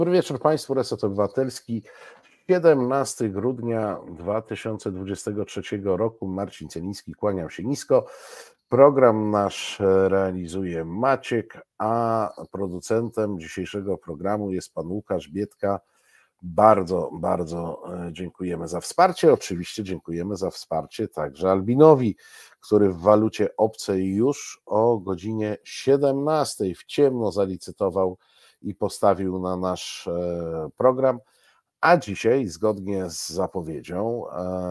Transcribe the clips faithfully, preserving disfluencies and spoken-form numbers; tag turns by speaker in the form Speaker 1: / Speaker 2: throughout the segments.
Speaker 1: Dobry wieczór Państwu, Reset Obywatelski, siedemnastego grudnia dwa tysiące dwudziestego trzeciego roku. Marcin Celiński, kłaniam się nisko. Program nasz realizuje Maciek, a producentem dzisiejszego programu jest pan Łukasz Biedka. Bardzo, bardzo dziękujemy za wsparcie. Oczywiście dziękujemy za wsparcie także Albinowi, który w walucie obcej już o godzinie siedemnastej w ciemno zalicytował i postawił na nasz program, a dzisiaj zgodnie z zapowiedzią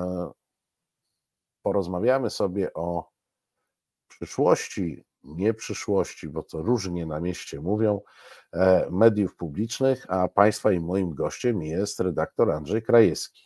Speaker 1: porozmawiamy sobie o przyszłości, nie przyszłości, bo to różnie na mieście mówią, mediów publicznych, a Państwa i moim gościem jest redaktor Andrzej Krajewski.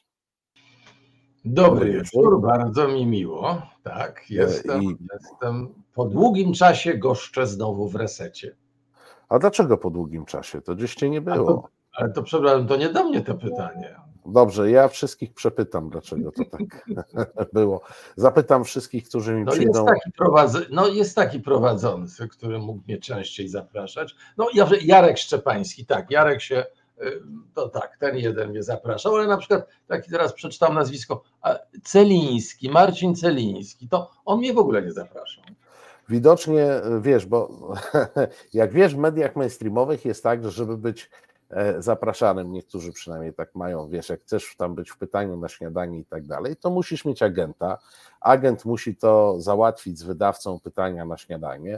Speaker 2: Dobry wieczór, bardzo mi miło. Tak, jestem, I... jestem po długim czasie goszczę znowu w Resecie.
Speaker 1: A dlaczego po długim czasie? To gdzieś cię nie było.
Speaker 2: To, ale to przepraszam, to nie do mnie to pytanie.
Speaker 1: Dobrze, ja wszystkich przepytam, dlaczego to tak było. Zapytam wszystkich, którzy mi
Speaker 2: no
Speaker 1: przyjdą.
Speaker 2: Jest taki prowadz- no jest taki prowadzący, który mógł mnie częściej zapraszać. No Jarek Szczepański, tak, Jarek się, to tak, ten jeden mnie zapraszał, ale na przykład, taki teraz przeczytam nazwisko, Celiński, Marcin Celiński, to on mnie w ogóle nie zapraszał.
Speaker 1: Widocznie, wiesz, bo jak wiesz, w mediach mainstreamowych jest tak, że żeby być zapraszanym, niektórzy przynajmniej tak mają, wiesz, jak chcesz tam być w pytaniu na śniadanie i tak dalej, to musisz mieć agenta. Agent musi to załatwić z wydawcą pytania na śniadanie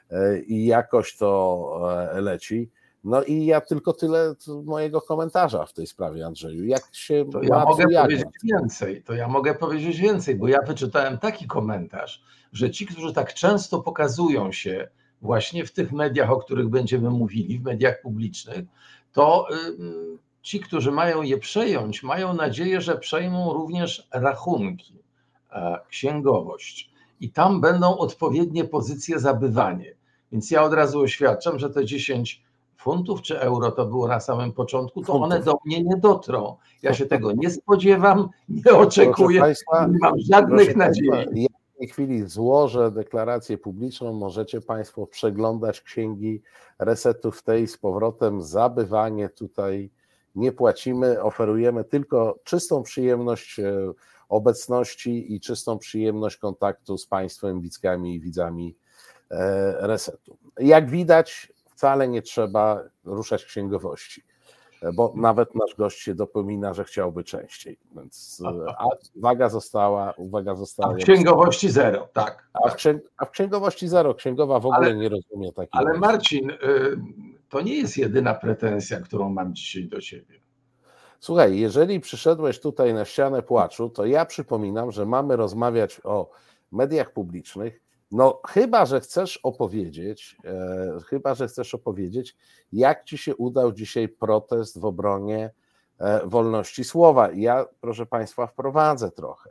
Speaker 1: i jakoś to leci. No i ja tylko tyle mojego komentarza w tej sprawie, Andrzeju. Jak się
Speaker 2: to ja mogę powiedzieć więcej, to ja mogę powiedzieć więcej, bo ja wyczytałem taki komentarz, że ci, którzy tak często pokazują się właśnie w tych mediach, o których będziemy mówili, w mediach publicznych, to ci, którzy mają je przejąć, mają nadzieję, że przejmą również rachunki, księgowość i tam będą odpowiednie pozycje za bywanie. Więc ja od razu oświadczam, że te dziesięć funtów czy euro to było na samym początku, to one do mnie nie dotrą. Ja się tego nie spodziewam, nie oczekuję, Państwa, nie mam żadnych nadziei.
Speaker 1: Państwa, ja w tej chwili złożę deklarację publiczną, możecie Państwo przeglądać księgi Resetu w tej z powrotem, zabywanie tutaj nie płacimy, oferujemy tylko czystą przyjemność obecności i czystą przyjemność kontaktu z Państwem, widzkami i widzami Resetu. Jak widać, wcale nie trzeba ruszać księgowości, bo nawet nasz gość się dopomina, że chciałby częściej, więc a uwaga została, uwaga została.
Speaker 2: A w księgowości zero, tak.
Speaker 1: A w, księg, a w księgowości zero, księgowa w ogóle ale, nie rozumie takiego.
Speaker 2: Ale Marcin, to nie jest jedyna pretensja, którą mam dzisiaj do ciebie.
Speaker 1: Słuchaj, jeżeli przyszedłeś tutaj na ścianę płaczu, to ja przypominam, że mamy rozmawiać o mediach publicznych. No chyba, że chcesz opowiedzieć, e, chyba, że chcesz opowiedzieć, jak ci się udał dzisiaj protest w obronie e, wolności słowa. Ja, proszę Państwa, wprowadzę trochę.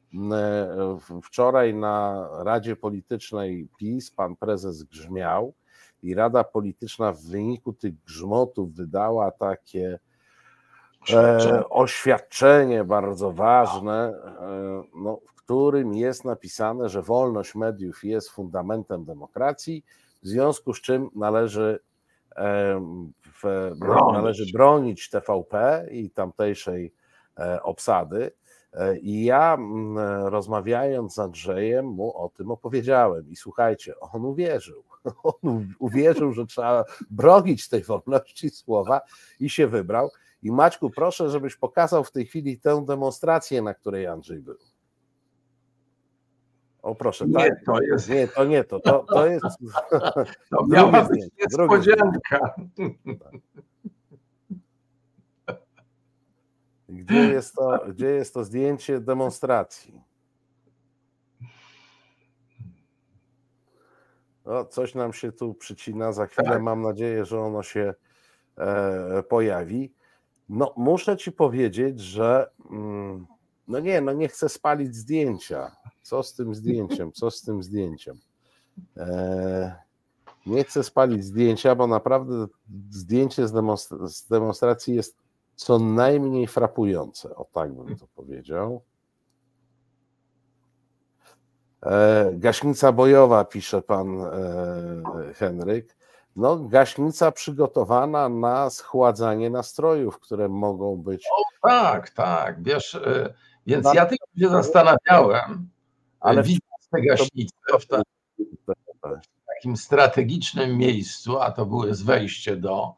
Speaker 1: E, wczoraj na Radzie Politycznej PiS pan prezes grzmiał i Rada Polityczna w wyniku tych grzmotów wydała takie e, oświadczenie bardzo ważne, e, no, w którym jest napisane, że wolność mediów jest fundamentem demokracji, w związku z czym należy, w, należy bronić T V P i tamtejszej obsady. I ja, rozmawiając z Andrzejem, mu o tym opowiedziałem. I słuchajcie, on uwierzył. On uwierzył, że trzeba bronić tej wolności słowa i się wybrał. I Maćku, proszę, żebyś pokazał w tej chwili tę demonstrację, na której Andrzej był. O proszę,
Speaker 2: nie,
Speaker 1: tak?
Speaker 2: To jest...
Speaker 1: Nie, to nie to. To, to jest.
Speaker 2: To miała być niespodzianka.
Speaker 1: Gdzie jest to, gdzie jest to zdjęcie demonstracji? No, coś nam się tu przycina. Za chwilę tak. Mam nadzieję, że ono się e, pojawi. No, muszę ci powiedzieć, że mm, no nie, no nie chcę spalić zdjęcia. Co z tym zdjęciem? Co z tym zdjęciem? E, nie chcę spalić zdjęcia, bo naprawdę zdjęcie z, demonstra- z demonstracji jest co najmniej frapujące. O tak bym to powiedział. E, gaśnica bojowa, pisze pan e, Henryk. no, gaśnica przygotowana na schładzanie nastrojów, które mogą być.
Speaker 2: O, tak, tak, wiesz, więc no, ja tylko się zastanawiałem, ale widząc te gaśnice w, ta, w takim strategicznym miejscu, a to było wejście do,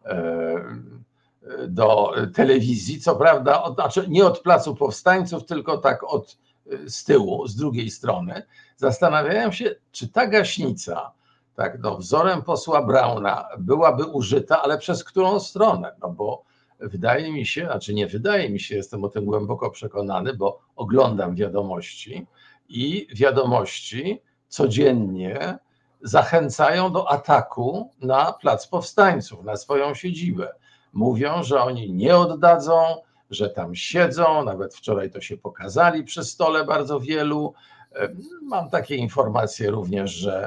Speaker 2: do telewizji, co prawda, od, znaczy nie od Placu Powstańców, tylko tak od z tyłu, z drugiej strony. Zastanawiałem się, czy ta gaśnica, tak, no, wzorem posła Brauna byłaby użyta, ale przez którą stronę? No bo wydaje mi się, znaczy nie wydaje mi się, jestem o tym głęboko przekonany, bo oglądam wiadomości i wiadomości codziennie zachęcają do ataku na Plac Powstańców, na swoją siedzibę. Mówią, że oni nie oddadzą, że tam siedzą, nawet wczoraj to się pokazali przy stole bardzo wielu. Mam takie informacje również, że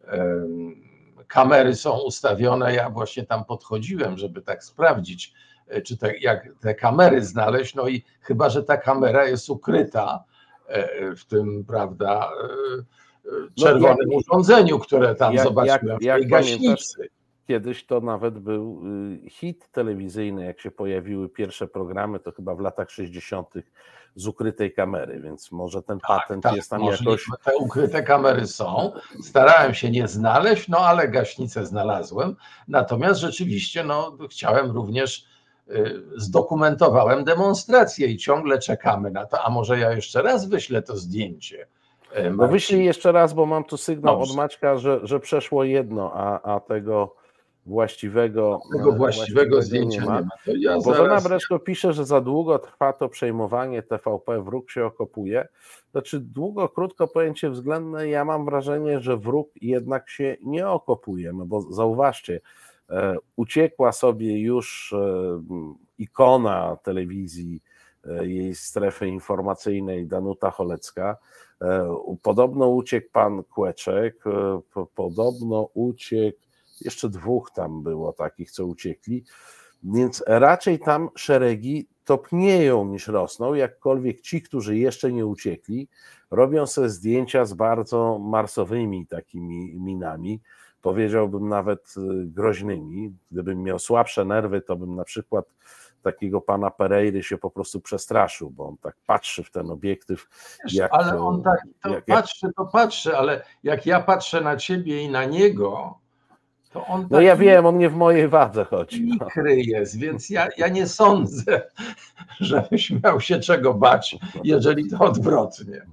Speaker 2: kamery są ustawione. Ja właśnie tam podchodziłem, żeby tak sprawdzić, czy te, jak te kamery znaleźć. No i chyba, że ta kamera jest ukryta w tym, prawda, czerwonym no, jak, urządzeniu, które tam jak, zobaczyłem jak, w tej jak gaśnicy.
Speaker 1: Kiedyś to nawet był hit telewizyjny, jak się pojawiły pierwsze programy, to chyba w latach sześćdziesiątych z ukrytej kamery, więc może ten tak, patent tak, jest tam jakoś...
Speaker 2: Te ukryte kamery są, starałem się nie znaleźć, no ale gaśnicę znalazłem, natomiast rzeczywiście no, chciałem również, zdokumentowałem demonstrację i ciągle czekamy na to, a może ja jeszcze raz wyślę to zdjęcie.
Speaker 1: No wyślij jeszcze raz, bo mam tu sygnał Dobrze. od Maćka, że, że przeszło jedno, a, a tego... Właściwego,
Speaker 2: tego właściwego zdjęcia nie ma. Nie ma. To ja
Speaker 1: Bożena Breszko pisze, że za długo trwa to przejmowanie T V P, wróg się okopuje. Znaczy długo, krótko pojęcie względne, ja mam wrażenie, że wróg jednak się nie okopuje, no bo zauważcie, e, uciekła sobie już e, ikona telewizji, e, jej strefy informacyjnej Danuta Cholecka, e, podobno uciekł pan Kłeczek, e, po, podobno uciekł jeszcze dwóch tam było takich, co uciekli, więc raczej tam szeregi topnieją niż rosną, jakkolwiek ci, którzy jeszcze nie uciekli, robią sobie zdjęcia z bardzo marsowymi takimi minami, powiedziałbym nawet groźnymi. Gdybym miał słabsze nerwy, to bym na przykład takiego pana Pereiry się po prostu przestraszył, bo on tak patrzy w ten obiektyw.
Speaker 2: Wiesz, jak, ale on tak to jak, patrzy, to patrzy, ale jak ja patrzę na ciebie i na niego, to on
Speaker 1: no ja wiem, on nie w mojej wadze chodzi.
Speaker 2: No. Jest, więc ja, ja nie sądzę, żebyś miał się czego bać, jeżeli to odwrotnie.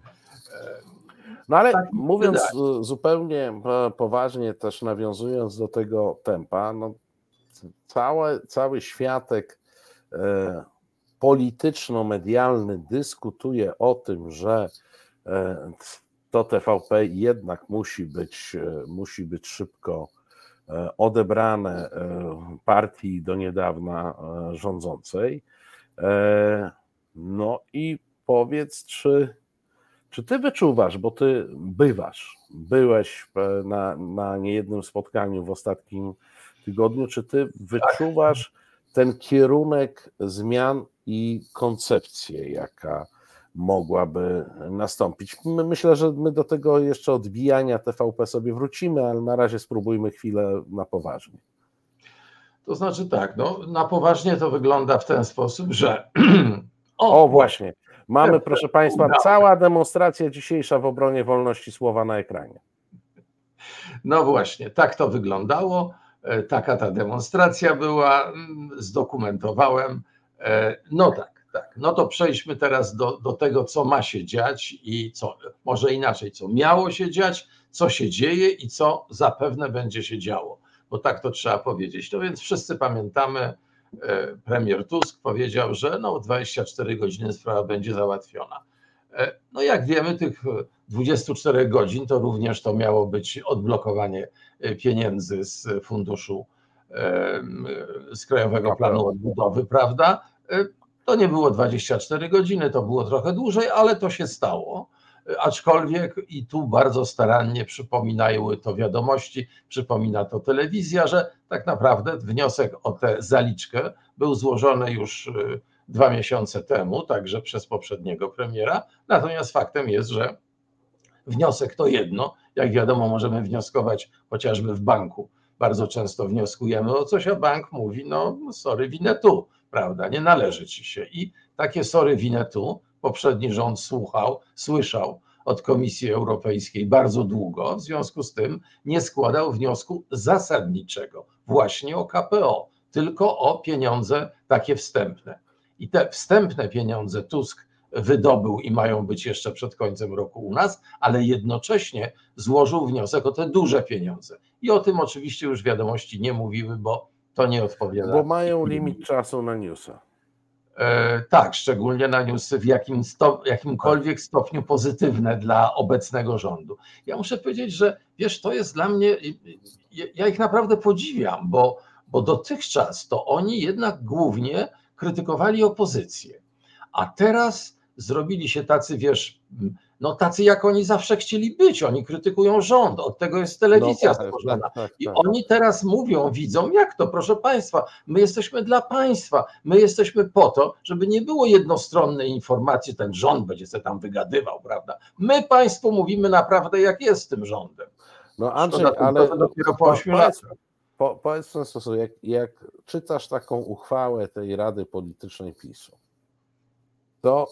Speaker 1: No ale tak mówiąc wydaje. zupełnie poważnie, też nawiązując do tego tempa, no cały, cały światek e, polityczno-medialny dyskutuje o tym, że e, to T V P jednak musi być, e, musi być szybko odebrane partii do niedawna rządzącej. No i powiedz, czy, czy ty wyczuwasz, bo ty bywasz, byłeś na, na niejednym spotkaniu w ostatnim tygodniu, czy ty wyczuwasz ten kierunek zmian i koncepcję, jaka mogłaby nastąpić? Myślę, że my do tego jeszcze odbijania T V P sobie wrócimy, ale na razie spróbujmy chwilę na poważnie.
Speaker 2: To znaczy tak, no, na poważnie to wygląda w ten sposób, że...
Speaker 1: O, o właśnie, mamy, proszę Państwa, cała demonstracja dzisiejsza w obronie wolności słowa na ekranie.
Speaker 2: No właśnie, tak to wyglądało, taka ta demonstracja była, zdokumentowałem. No tak. Tak, no to przejdźmy teraz do, do tego, co ma się dziać i co, może inaczej, co miało się dziać, co się dzieje i co zapewne będzie się działo, bo tak to trzeba powiedzieć. No więc wszyscy pamiętamy, premier Tusk powiedział, że no dwadzieścia cztery godziny sprawa będzie załatwiona. No jak wiemy, tych dwadzieścia cztery godzin to również to miało być odblokowanie pieniędzy z funduszu, z Krajowego Planu Odbudowy, prawda? To nie było dwadzieścia cztery godziny, to było trochę dłużej, ale to się stało. Aczkolwiek i tu bardzo starannie przypominają to wiadomości, przypomina to telewizja, że tak naprawdę wniosek o tę zaliczkę był złożony już dwa miesiące temu, także przez poprzedniego premiera. Natomiast faktem jest, że wniosek to jedno. Jak wiadomo, możemy wnioskować chociażby w banku bardzo często wnioskujemy o coś, a bank mówi, no sorry, winę tu, prawda, nie należy ci się. I takie sorry, winę tu poprzedni rząd słuchał, słyszał od Komisji Europejskiej bardzo długo, w związku z tym nie składał wniosku zasadniczego właśnie o K P O, tylko o pieniądze takie wstępne. I te wstępne pieniądze Tusk wydobył i mają być jeszcze przed końcem roku u nas, ale jednocześnie złożył wniosek o te duże pieniądze. I o tym oczywiście już wiadomości nie mówiły, bo to nie odpowiada.
Speaker 1: Bo mają limit czasu na newsa.
Speaker 2: E, tak, szczególnie na newsy w jakim stop, jakimkolwiek stopniu pozytywne dla obecnego rządu. Ja muszę powiedzieć, że wiesz, to jest dla mnie, ja ich naprawdę podziwiam, bo, bo dotychczas to oni jednak głównie krytykowali opozycję, a teraz zrobili się tacy, wiesz, no tacy jak oni zawsze chcieli być, oni krytykują rząd, od tego jest telewizja no, tak, stworzona. Tak, tak, I tak. Oni teraz mówią, widzą, jak to, proszę państwa, my jesteśmy dla państwa, my jesteśmy po to, żeby nie było jednostronnej informacji, ten rząd będzie sobie tam wygadywał, prawda? My państwu mówimy naprawdę, jak jest z tym rządem.
Speaker 1: No Andrzej, to, ale to dopiero po ośmiu latach. Po, powiedz w ten sposób, jak, jak czytasz taką uchwałę tej Rady Politycznej PiSu, to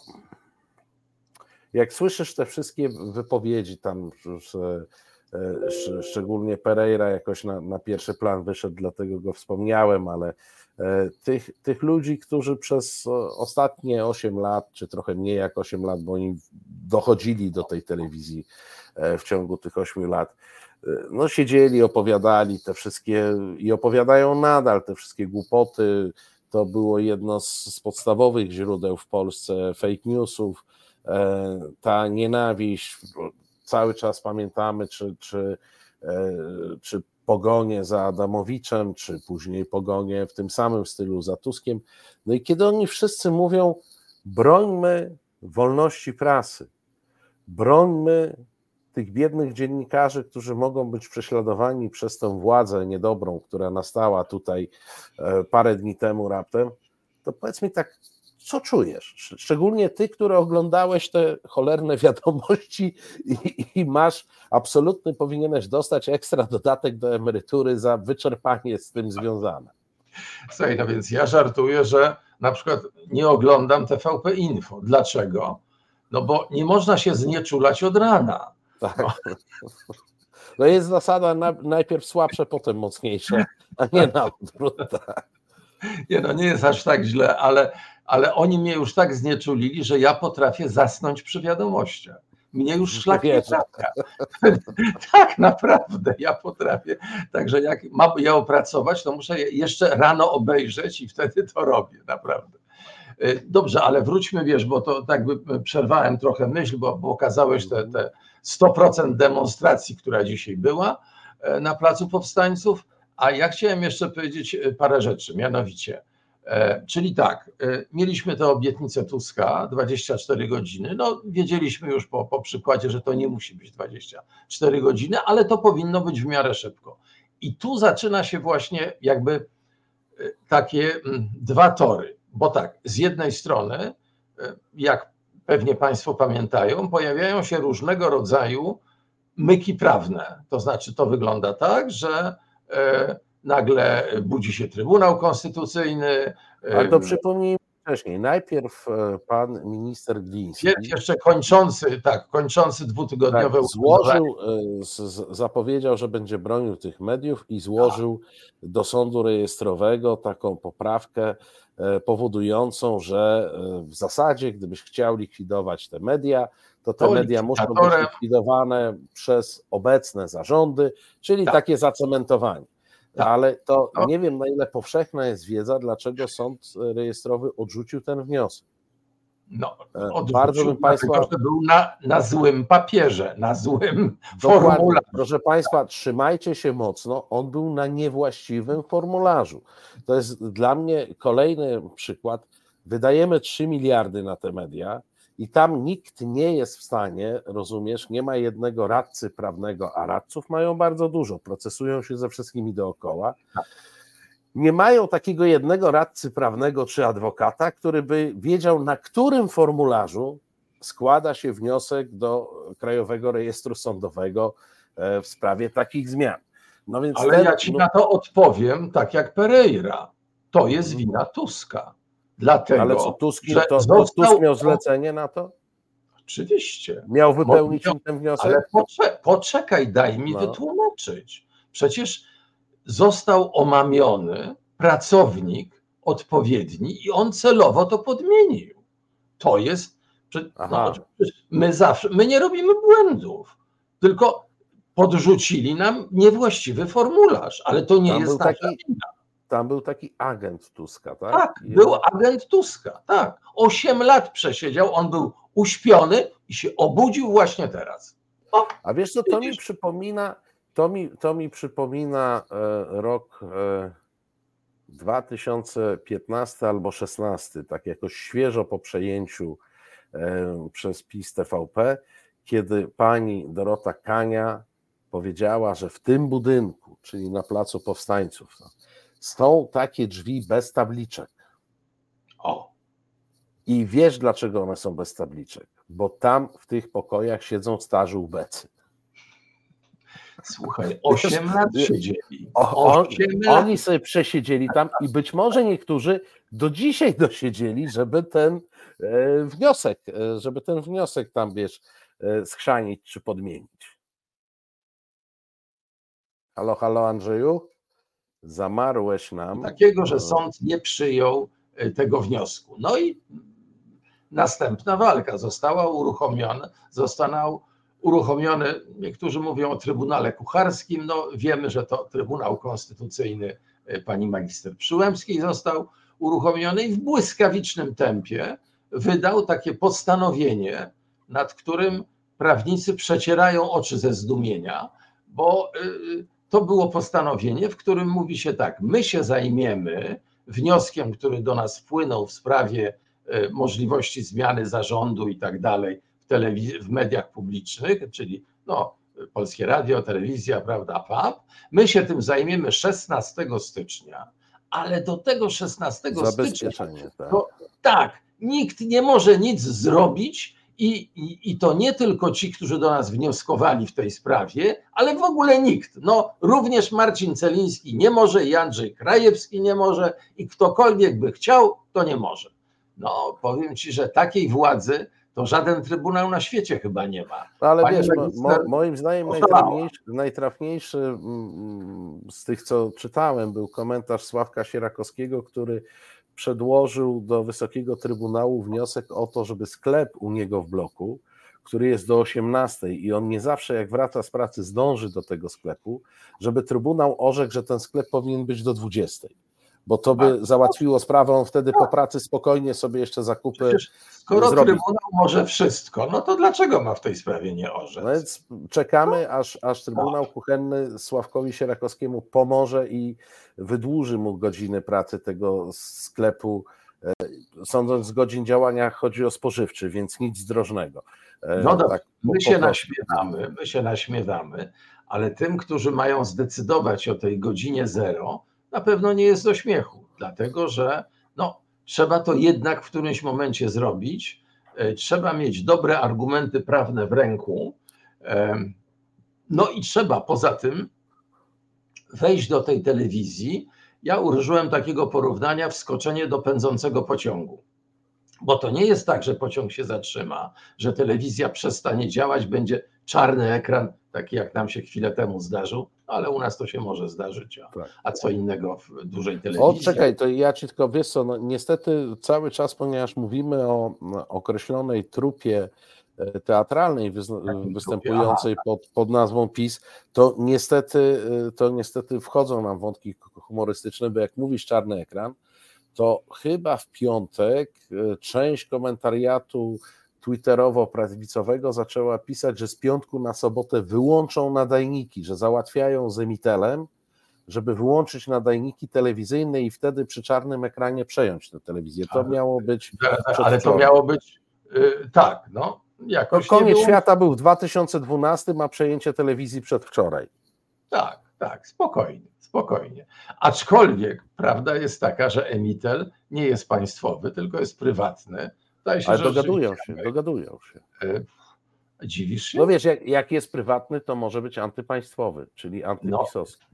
Speaker 1: jak słyszysz te wszystkie wypowiedzi tam, że szczególnie Pereira jakoś na, na pierwszy plan wyszedł, dlatego go wspomniałem, ale tych, tych ludzi, którzy przez ostatnie osiem lat, czy trochę mniej jak osiem lat, bo oni dochodzili do tej telewizji w ciągu tych ośmiu lat, no siedzieli, opowiadali te wszystkie i opowiadają nadal te wszystkie głupoty. To było jedno z, z podstawowych źródeł w Polsce fake newsów. Ta nienawiść, cały czas pamiętamy, czy, czy, czy pogonie za Adamowiczem, czy później pogonie w tym samym stylu za Tuskiem. No i kiedy oni wszyscy mówią, brońmy wolności prasy, brońmy tych biednych dziennikarzy, którzy mogą być prześladowani przez tę władzę niedobrą, która nastała tutaj parę dni temu raptem, to powiedz mi tak, co czujesz? Szczególnie ty, który oglądałeś te cholerne wiadomości i, i masz absolutny, powinieneś dostać ekstra dodatek do emerytury za wyczerpanie z tym związane.
Speaker 2: Słuchaj, no więc ja żartuję, że na przykład nie oglądam T V P Info. Dlaczego? No bo nie można się znieczulać od rana.
Speaker 1: Tak. No jest zasada najpierw słabsze, potem mocniejsze, a nie na odwrót.
Speaker 2: Nie, no nie jest aż tak źle, ale, ale oni mnie już tak znieczulili, że ja potrafię zasnąć przy wiadomościach. Mnie już szlak nie trafia. Tak, naprawdę, ja potrafię. Także jak mam je opracować, to muszę je jeszcze rano obejrzeć i wtedy to robię, naprawdę. Dobrze, ale wróćmy, wiesz, bo to tak by przerwałem trochę myśl, bo, bo okazałeś te, te sto procent demonstracji, która dzisiaj była na Placu Powstańców, a ja chciałem jeszcze powiedzieć parę rzeczy, mianowicie, e, czyli tak, e, mieliśmy tę obietnicę Tuska, dwadzieścia cztery godziny, no wiedzieliśmy już po, po przykładzie, że to nie musi być dwadzieścia cztery godziny, ale to powinno być w miarę szybko. I tu zaczyna się właśnie jakby takie dwa tory, bo tak, z jednej strony, jak pewnie Państwo pamiętają, pojawiają się różnego rodzaju myki prawne, to znaczy to wygląda tak, że nagle budzi się Trybunał Konstytucyjny.
Speaker 1: Ale to przypomnijmy wcześniej, najpierw pan minister Gliński.
Speaker 2: Jeszcze kończący, tak, kończący dwutygodniowe
Speaker 1: tak, złożył, zapowiedział, że będzie bronił tych mediów i złożył tak. do sądu rejestrowego taką poprawkę powodującą, że w zasadzie, gdybyś chciał likwidować te media, to te to media muszą być likwidowane przez obecne zarządy, czyli tak. takie zacementowanie. Tak. Ale to no. nie wiem, na ile powszechna jest wiedza, dlaczego sąd rejestrowy odrzucił ten wniosek.
Speaker 2: No, odrzucił, bardzo bym Państwa... że był na, na złym papierze, na złym formularzu.
Speaker 1: Proszę Państwa, trzymajcie się mocno, on był na niewłaściwym formularzu. To jest dla mnie kolejny przykład. Wydajemy trzy miliardy na te media i tam nikt nie jest w stanie, rozumiesz, nie ma jednego radcy prawnego, a radców mają bardzo dużo, procesują się ze wszystkimi dookoła. Nie mają takiego jednego radcy prawnego czy adwokata, który by wiedział, na którym formularzu składa się wniosek do Krajowego Rejestru Sądowego w sprawie takich zmian. No więc
Speaker 2: Ale
Speaker 1: ten,
Speaker 2: ja ci
Speaker 1: no,
Speaker 2: na to odpowiem tak jak Pereira. To jest wina Tuska. Dlatego,
Speaker 1: ale co, Tusk,
Speaker 2: że
Speaker 1: to, to
Speaker 2: został...
Speaker 1: Tusk miał zlecenie na to?
Speaker 2: Oczywiście.
Speaker 1: Miał wypełnić im ten wniosek?
Speaker 2: Ale poczekaj, poczekaj daj mi
Speaker 1: No.
Speaker 2: wytłumaczyć. Przecież został omamiony pracownik odpowiedni i on celowo to podmienił. To jest... No, my zawsze, my nie robimy błędów, tylko podrzucili nam niewłaściwy formularz, ale to nie
Speaker 1: tam
Speaker 2: jest
Speaker 1: był
Speaker 2: nasza
Speaker 1: taki,
Speaker 2: wina.
Speaker 1: Tam był taki agent Tuska, tak?
Speaker 2: Tak, był agent Tuska, tak. Osiem lat przesiedział, on był uśpiony i się obudził właśnie teraz. O,
Speaker 1: A wiesz co, to mi przypomina, to mi, to mi przypomina e, rok e, dwa tysiące piętnasty albo szesnasty, tak jakoś świeżo po przejęciu e, przez PiS T V P, kiedy pani Dorota Kania powiedziała, że w tym budynku, czyli na Placu Powstańców, no, są takie drzwi bez tabliczek.
Speaker 2: O.
Speaker 1: I wiesz, dlaczego one są bez tabliczek? Bo tam w tych pokojach siedzą starzy ubecy.
Speaker 2: Słuchaj, osiem lat siedzieli.
Speaker 1: On, oni sobie przesiedzieli tam i być może niektórzy do dzisiaj dosiedzieli, żeby ten e, wniosek, e, żeby ten wniosek tam, wiesz, e, schrzanić czy podmienić. Halo, halo Andrzeju? Zamarłeś nam.
Speaker 2: Takiego, że sąd nie przyjął tego wniosku. No i następna walka została uruchomiona, został uruchomiony, niektórzy mówią o Trybunale Kucharskim, no wiemy, że to Trybunał Konstytucyjny pani magister Przyłębskiej został uruchomiony i w błyskawicznym tempie wydał takie postanowienie, nad którym prawnicy przecierają oczy ze zdumienia, bo to było postanowienie, w którym mówi się tak: my się zajmiemy wnioskiem, który do nas wpłynął w sprawie możliwości zmiany zarządu i tak dalej w telewizji, w mediach publicznych, czyli no, Polskie Radio, telewizja, prawda, P A P. My się tym zajmiemy szesnastego stycznia, ale do tego szesnastego stycznia
Speaker 1: tak.
Speaker 2: To, tak, nikt nie może nic zrobić. I, i, I to nie tylko ci, którzy do nas wnioskowali w tej sprawie, ale w ogóle nikt. No, również Marcin Celiński nie może, i Andrzej Krajewski nie może, i ktokolwiek by chciał, to nie może. No, powiem ci, że takiej władzy to żaden trybunał na świecie chyba nie ma.
Speaker 1: Ale
Speaker 2: Pani
Speaker 1: wiesz,
Speaker 2: magister...
Speaker 1: mo, moim zdaniem najtrafniejszy, najtrafniejszy z tych, co czytałem, był komentarz Sławka Sierakowskiego, który przedłożył do Wysokiego Trybunału wniosek o to, żeby sklep u niego w bloku, który jest do osiemnastej i on nie zawsze jak wraca z pracy zdąży do tego sklepu, żeby Trybunał orzekł, że ten sklep powinien być do dwudziestej, bo to by załatwiło sprawę, on wtedy po pracy spokojnie sobie jeszcze zakupy
Speaker 2: Przecież skoro
Speaker 1: zrobi.
Speaker 2: Trybunał może wszystko, no to dlaczego ma w tej sprawie nie orzec?
Speaker 1: No więc czekamy, aż, aż Trybunał Kuchenny Sławkowi Sierakowskiemu pomoże i wydłuży mu godziny pracy tego sklepu. Sądząc z godzin działania chodzi o spożywczy, więc nic drożnego.
Speaker 2: No dobrze,
Speaker 1: tak,
Speaker 2: my
Speaker 1: po,
Speaker 2: się
Speaker 1: po
Speaker 2: naśmiewamy, my się naśmiewamy, ale tym, którzy mają zdecydować o tej godzinie zero, na pewno nie jest do śmiechu, dlatego że no, trzeba to jednak w którymś momencie zrobić, trzeba mieć dobre argumenty prawne w ręku, no i trzeba poza tym wejść do tej telewizji. Ja użyłem takiego porównania: wskoczenie do pędzącego pociągu. Bo to nie jest tak, że pociąg się zatrzyma, że telewizja przestanie działać, będzie czarny ekran, taki jak nam się chwilę temu zdarzył, ale u nas to się może zdarzyć, a, tak. a co innego w dużej telewizji.
Speaker 1: O, czekaj, to ja ci tylko, wiesz co, no, niestety cały czas, ponieważ mówimy o określonej trupie teatralnej występującej pod, pod nazwą PiS, to niestety, to niestety wchodzą nam wątki humorystyczne, bo jak mówisz czarny ekran, to chyba w piątek część komentariatu twitterowo-prawicowego zaczęła pisać, że z piątku na sobotę wyłączą nadajniki, że załatwiają z emitelem, żeby wyłączyć nadajniki telewizyjne i wtedy przy czarnym ekranie przejąć tę telewizję. To miało być...
Speaker 2: Ale to miało być... Yy, tak, no. Jakoś
Speaker 1: no koniec świata był w dwa tysiące dwunastym, a przejęcie telewizji przedwczoraj.
Speaker 2: Tak, tak, spokojnie, spokojnie. Aczkolwiek prawda jest taka, że emitel nie jest państwowy, tylko jest prywatny. Się,
Speaker 1: ale dogadują się, dogadują się.
Speaker 2: Dziwisz się?
Speaker 1: No wiesz, jak, jak jest prywatny, to może być antypaństwowy, czyli antypisowski.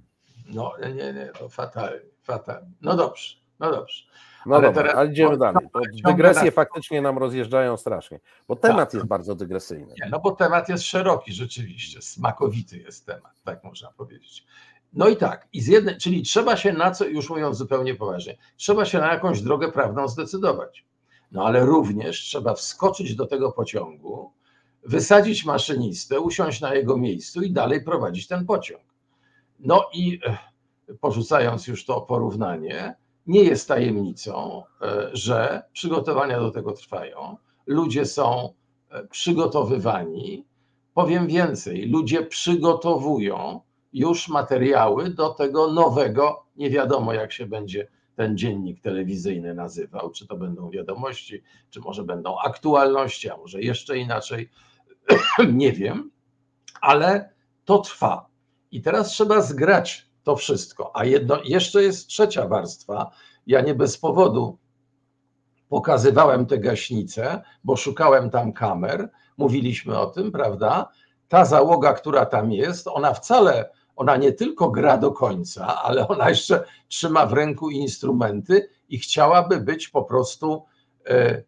Speaker 2: No nie, nie, to fatalnie, fatalnie. No dobrze, no dobrze.
Speaker 1: No
Speaker 2: ale
Speaker 1: dobra,
Speaker 2: teraz
Speaker 1: ale idziemy dalej, bo dygresje faktycznie nam rozjeżdżają strasznie, bo temat
Speaker 2: tak,
Speaker 1: jest bardzo dygresyjny.
Speaker 2: Nie, no bo temat jest szeroki rzeczywiście, smakowity jest temat, tak można powiedzieć. No i tak, i z jednej, czyli trzeba się na co, już mówiąc zupełnie poważnie, trzeba się na jakąś drogę prawną zdecydować. No ale również trzeba wskoczyć do tego pociągu, wysadzić maszynistę, usiąść na jego miejscu i dalej prowadzić ten pociąg. No i porzucając już to porównanie, nie jest tajemnicą, że przygotowania do tego trwają. Ludzie są przygotowywani. Powiem więcej, ludzie przygotowują już materiały do tego nowego, nie wiadomo jak się będzie ten dziennik telewizyjny nazywał, czy to będą wiadomości, czy może będą aktualności, a może jeszcze inaczej, nie wiem, ale to trwa. I teraz trzeba zgrać to wszystko. A jedno, jeszcze jest trzecia warstwa. Ja nie bez powodu pokazywałem te gaśnice, bo szukałem tam kamer, mówiliśmy o tym, prawda? Ta załoga, która tam jest, ona wcale, ona nie tylko gra do końca, ale ona jeszcze trzyma w ręku instrumenty i chciałaby być po prostu e,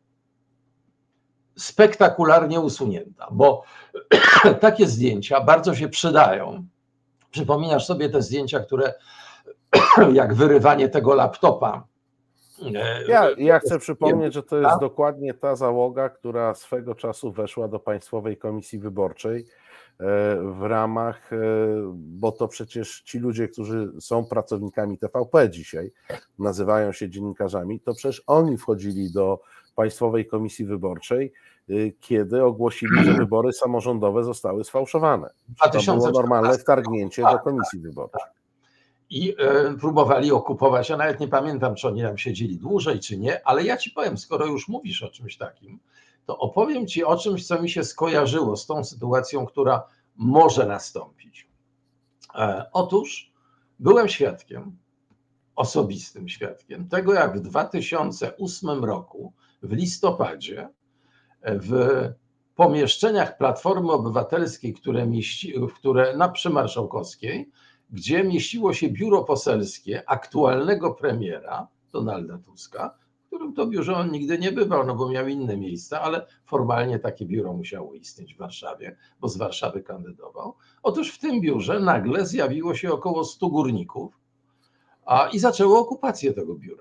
Speaker 2: spektakularnie usunięta, bo takie zdjęcia bardzo się przydają. Przypominasz sobie te zdjęcia, które jak wyrywanie tego laptopa.
Speaker 1: Ja, ja chcę przypomnieć, że to jest dokładnie ta załoga, która swego czasu weszła do Państwowej Komisji Wyborczej w ramach, bo to przecież ci ludzie, którzy są pracownikami T V P dzisiaj, nazywają się dziennikarzami, to przecież oni wchodzili do Państwowej Komisji Wyborczej, kiedy ogłosili, że wybory samorządowe zostały sfałszowane. To było normalne wtargnięcie do Komisji Wyborczej.
Speaker 2: I próbowali okupować, ja nawet nie pamiętam, czy oni tam siedzieli dłużej, czy nie, ale ja ci powiem, skoro już mówisz o czymś takim, to opowiem ci o czymś, co mi się skojarzyło z tą sytuacją, która może nastąpić. Otóż byłem świadkiem, osobistym świadkiem tego, jak w dwa tysiące ósmym roku, w listopadzie, w pomieszczeniach Platformy Obywatelskiej, które, mieści, które na przy Marszałkowskiej, gdzie mieściło się biuro poselskie aktualnego premiera Donalda Tuska, w którym to biurze on nigdy nie bywał, no bo miał inne miejsca, ale formalnie takie biuro musiało istnieć w Warszawie, bo z Warszawy kandydował. Otóż w tym biurze nagle zjawiło się około stu górników a, i zaczęło okupację tego biura.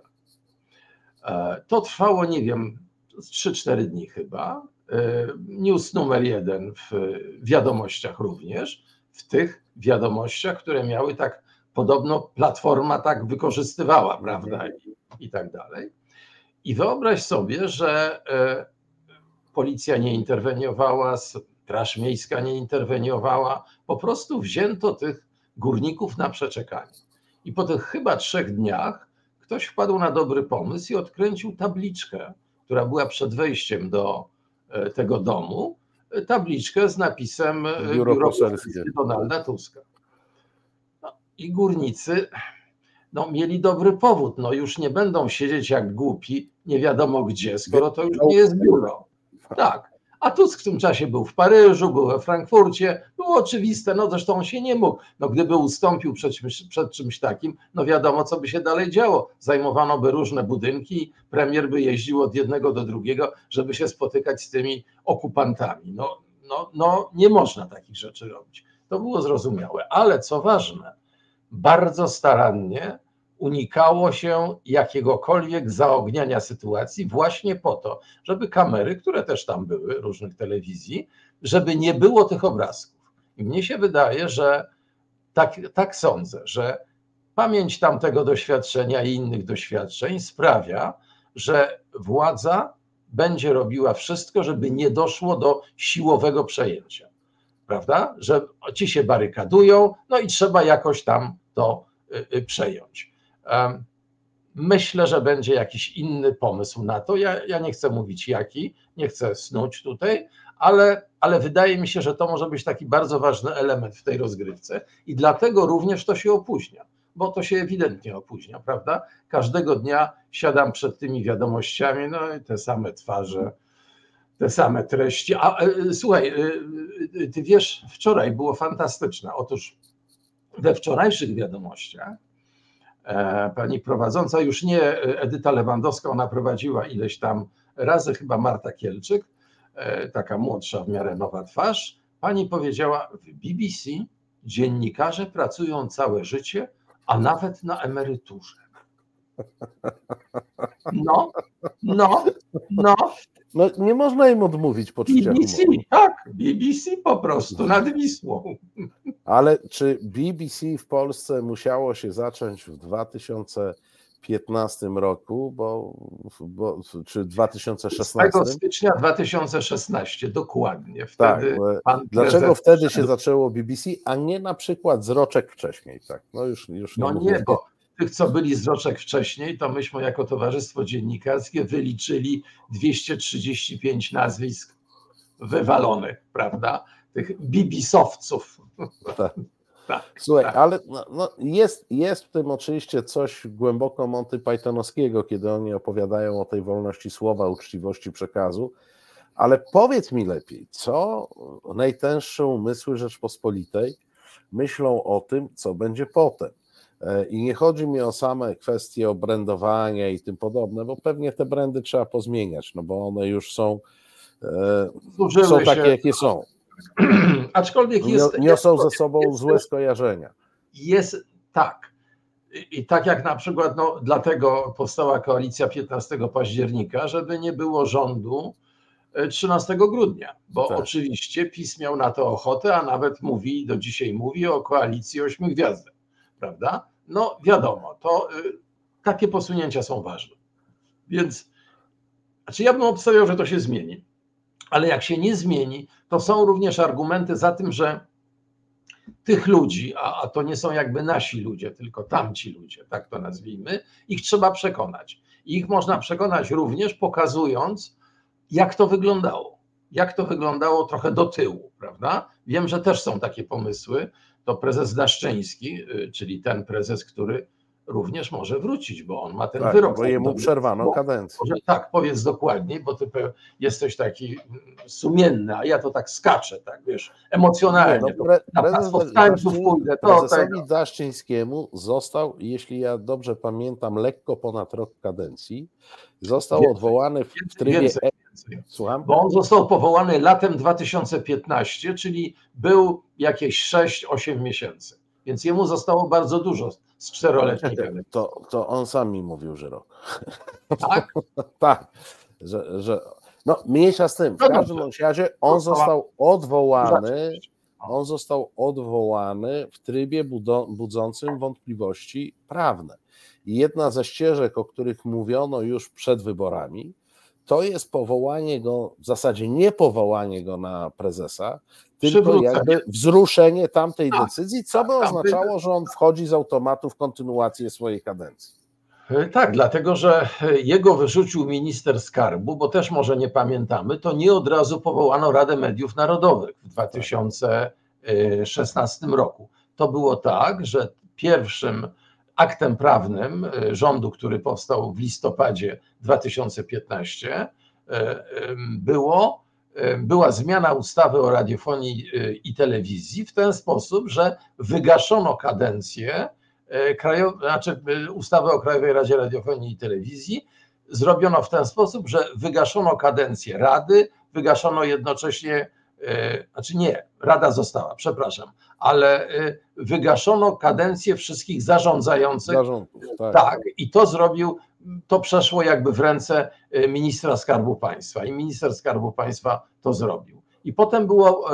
Speaker 2: To trwało, nie wiem, trzy cztery dni chyba. News numer jeden w wiadomościach również, w tych wiadomościach, które miały tak, podobno Platforma tak wykorzystywała, prawda, i, i tak dalej. I wyobraź sobie, że policja nie interweniowała, Straż Miejska nie interweniowała, po prostu wzięto tych górników na przeczekanie. I po tych chyba trzech dniach ktoś wpadł na dobry pomysł i odkręcił tabliczkę, która była przed wejściem do tego domu, tabliczkę z napisem
Speaker 1: Biuro, Biuro Poselskie
Speaker 2: Donalda Tuska. No, i górnicy no, mieli dobry powód, no już nie będą siedzieć jak głupi, nie wiadomo gdzie, skoro to już nie jest biuro. Tak. A Tusk w tym czasie był w Paryżu, był we Frankfurcie, było oczywiste, no zresztą on się nie mógł. No gdyby ustąpił przed czymś, przed czymś takim, no wiadomo co by się dalej działo. Zajmowano by różne budynki, premier by jeździł od jednego do drugiego, żeby się spotykać z tymi okupantami. No, no, no nie można takich rzeczy robić. To było zrozumiałe, ale co ważne, bardzo starannie unikało się jakiegokolwiek zaogniania sytuacji właśnie po to, żeby kamery, które też tam były, różnych telewizji, żeby nie było tych obrazków. I mnie się wydaje, że tak, tak sądzę, że pamięć tamtego doświadczenia i innych doświadczeń sprawia, że władza będzie robiła wszystko, żeby nie doszło do siłowego przejęcia. Prawda? Że ci się barykadują, no i trzeba jakoś tam to przejąć. Myślę, że będzie jakiś inny pomysł na to. Ja, ja nie chcę mówić jaki, nie chcę snuć tutaj, ale, ale wydaje mi się, że to może być taki bardzo ważny element w tej rozgrywce i dlatego również to się opóźnia, bo to się ewidentnie opóźnia, prawda? Każdego dnia siadam przed tymi wiadomościami, no i te same twarze, te same treści. A słuchaj, ty wiesz, wczoraj było fantastyczne. Otóż we wczorajszych wiadomościach pani prowadząca, już nie Edyta Lewandowska, ona prowadziła ileś tam razy, chyba Marta Kielczyk, taka młodsza w miarę nowa twarz, pani powiedziała: w B B C dziennikarze pracują całe życie, a nawet na emeryturze. No, no, no.
Speaker 1: No nie można im odmówić poczucia
Speaker 2: B B C,
Speaker 1: humoru.
Speaker 2: tak, B B C po prostu nad Wisłą.
Speaker 1: Ale czy B B C w Polsce musiało się zacząć w dwa tysiące piętnastym roku, bo, bo czy dwa tysiące szesnastym?
Speaker 2: stycznia dwa tysiące szesnastego, dokładnie.
Speaker 1: Wtedy tak, pan dlaczego wtedy się zaczęło B B C, a nie na przykład z roczek wcześniej? Tak, no już, już nie
Speaker 2: No nie, bo tych, co byli z roczek wcześniej, to myśmy jako Towarzystwo Dziennikarskie wyliczyli dwieście trzydzieści pięć nazwisk wywalonych, prawda? Tych bibisowców.
Speaker 1: Tak. Tak, słuchaj, tak. ale no, no jest, jest w tym oczywiście coś głęboko Monty Pythonowskiego, kiedy oni opowiadają o tej wolności słowa, uczciwości przekazu, ale powiedz mi lepiej, co najtęższe umysły Rzeczpospolitej myślą o tym, co będzie potem. I nie chodzi mi o same kwestie obrędowania i tym podobne, bo pewnie te brandy trzeba pozmieniać, no bo one już są, e, są takie, się. jakie są.
Speaker 2: Aczkolwiek jest,
Speaker 1: niosą
Speaker 2: jest,
Speaker 1: ze sobą
Speaker 2: jest,
Speaker 1: złe skojarzenia.
Speaker 2: Jest tak. I tak jak na przykład, no, dlatego powstała koalicja piętnastego października, żeby nie było rządu trzynastego grudnia, bo tak. Oczywiście PiS miał na to ochotę, a nawet mówi, do dzisiaj mówi o koalicji ośmiu gwiazdek, prawda? No wiadomo, to y, takie posunięcia są ważne. Więc znaczy ja bym obstawiał, że to się zmieni. Ale jak się nie zmieni, to są również argumenty za tym, że tych ludzi, a, a to nie są jakby nasi ludzie, tylko tamci ludzie, tak to nazwijmy, ich trzeba przekonać. I ich można przekonać również pokazując, jak to wyglądało. Jak to wyglądało trochę do tyłu, prawda? Wiem, że też są takie pomysły. To prezes Daszczyński, czyli ten prezes, który również może wrócić, bo on ma ten
Speaker 1: tak,
Speaker 2: wyrok.
Speaker 1: Bo jemu przerwano bo, kadencję.
Speaker 2: Może, tak, powiedz dokładniej, bo ty jesteś taki sumienny, a ja to tak skaczę, tak wiesz, emocjonalnie.
Speaker 1: Nie, no, pre,
Speaker 2: to,
Speaker 1: prezes
Speaker 2: Daszczyński, pójdę, to
Speaker 1: prezesowi tego. Daszczyńskiemu został, jeśli ja dobrze pamiętam, lekko ponad rok kadencji, został więcej, odwołany w więcej, trybie... Więcej, więcej. Słucham?
Speaker 2: Bo on został powołany latem dwa tysiące piętnastego, czyli był jakieś sześć osiem miesięcy, więc jemu zostało bardzo dużo z czteroletniej kadencji.
Speaker 1: To, to on sam mi mówił, że rok.
Speaker 2: Tak?
Speaker 1: Tak, że, że no mniejsza z tym. W każdym razie on został odwołany, on został odwołany w trybie budzącym wątpliwości prawne. I jedna ze ścieżek, o których mówiono już przed wyborami, to jest powołanie go, w zasadzie nie powołanie go na prezesa, tylko jakby wzruszenie tamtej tak, decyzji, co by oznaczało, że on wchodzi z automatu w kontynuację swojej kadencji.
Speaker 2: Tak, dlatego że jego wyrzucił minister skarbu, bo też może nie pamiętamy, to nie od razu powołano Radę Mediów Narodowych w dwa tysiące szesnastym roku. To było tak, że pierwszym aktem prawnym rządu, który powstał w listopadzie dwa tysiące piętnastego, było, była zmiana ustawy o radiofonii i telewizji w ten sposób, że wygaszono kadencję, krajow, znaczy ustawę o Krajowej Radzie Radiofonii i Telewizji, zrobiono w ten sposób, że wygaszono kadencję Rady, wygaszono jednocześnie, znaczy nie, Rada została, przepraszam, ale wygaszono kadencję wszystkich zarządzających.
Speaker 1: Zarządów,
Speaker 2: tak. tak, i to zrobił, to przeszło jakby w ręce ministra Skarbu Państwa i minister Skarbu Państwa to zrobił. I potem było,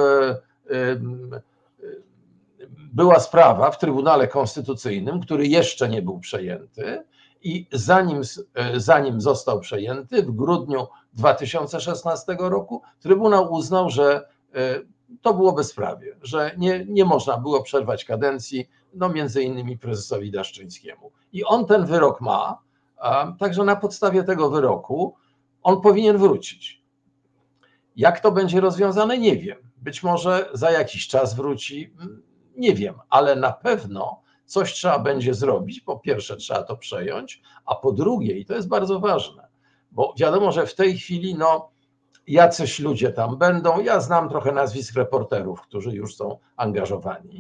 Speaker 2: była sprawa w Trybunale Konstytucyjnym, który jeszcze nie był przejęty i zanim, zanim został przejęty w grudniu dwa tysiące szesnastego roku, Trybunał uznał, że to było bezprawie, że nie, nie można było przerwać kadencji, no między innymi prezesowi Daszczyńskiemu. I on ten wyrok ma, także na podstawie tego wyroku on powinien wrócić. Jak to będzie rozwiązane, nie wiem. Być może za jakiś czas wróci, nie wiem, ale na pewno coś trzeba będzie zrobić. Po pierwsze trzeba to przejąć, a po drugie, i to jest bardzo ważne, bo wiadomo, że w tej chwili no jacyś ludzie tam będą, ja znam trochę nazwisk reporterów, którzy już są angażowani,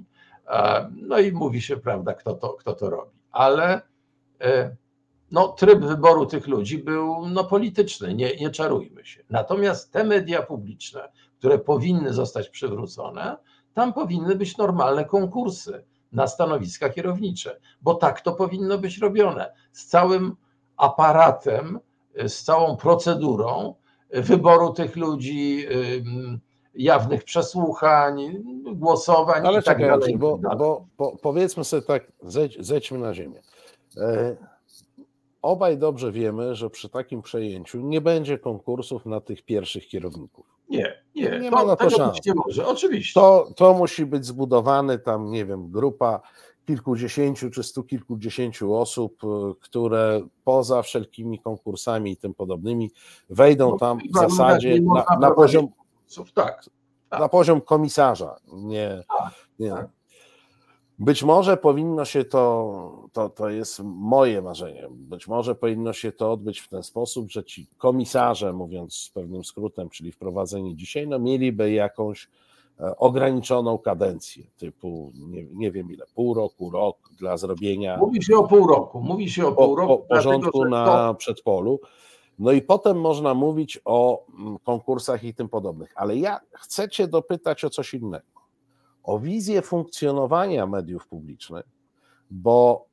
Speaker 2: No i mówi się, prawda, kto to, kto to robi. Ale no, tryb wyboru tych ludzi był no, polityczny, nie, nie czarujmy się. Natomiast te media publiczne, które powinny zostać przywrócone, tam powinny być normalne konkursy na stanowiska kierownicze, bo tak to powinno być robione. Z całym aparatem, z całą procedurą wyboru tych ludzi, jawnych przesłuchań, głosowań
Speaker 1: Ale
Speaker 2: i tak
Speaker 1: czekajcie,
Speaker 2: dalej.
Speaker 1: bo, bo, bo powiedzmy sobie tak, zejdź, zejdźmy na ziemię. E, obaj dobrze wiemy, że przy takim przejęciu nie będzie konkursów na tych pierwszych kierowników.
Speaker 2: Nie, nie,
Speaker 1: nie
Speaker 2: to,
Speaker 1: ma na to szans.
Speaker 2: Nie może, oczywiście.
Speaker 1: To, to musi być zbudowany tam, nie wiem, grupa kilkudziesięciu czy stu kilkudziesięciu osób, które poza wszelkimi konkursami i tym podobnymi wejdą no, tam w zasadzie na, na poziom
Speaker 2: tak, tak.
Speaker 1: na poziom komisarza. Nie,
Speaker 2: tak,
Speaker 1: nie.
Speaker 2: Tak.
Speaker 1: Być może powinno się to, to, to jest moje marzenie, być może powinno się to odbyć w ten sposób, że ci komisarze, mówiąc z pewnym skrótem, czyli wprowadzeni dzisiaj, no mieliby jakąś ograniczoną kadencję, typu nie, nie wiem ile, pół roku, rok dla zrobienia.
Speaker 2: Mówi się o pół roku, mówi się o pół roku.
Speaker 1: Po, po, porządku dlatego, na to... przedpolu. No i potem można mówić o konkursach i tym podobnych. Ale ja chcę cię dopytać o coś innego. O wizję funkcjonowania mediów publicznych, bo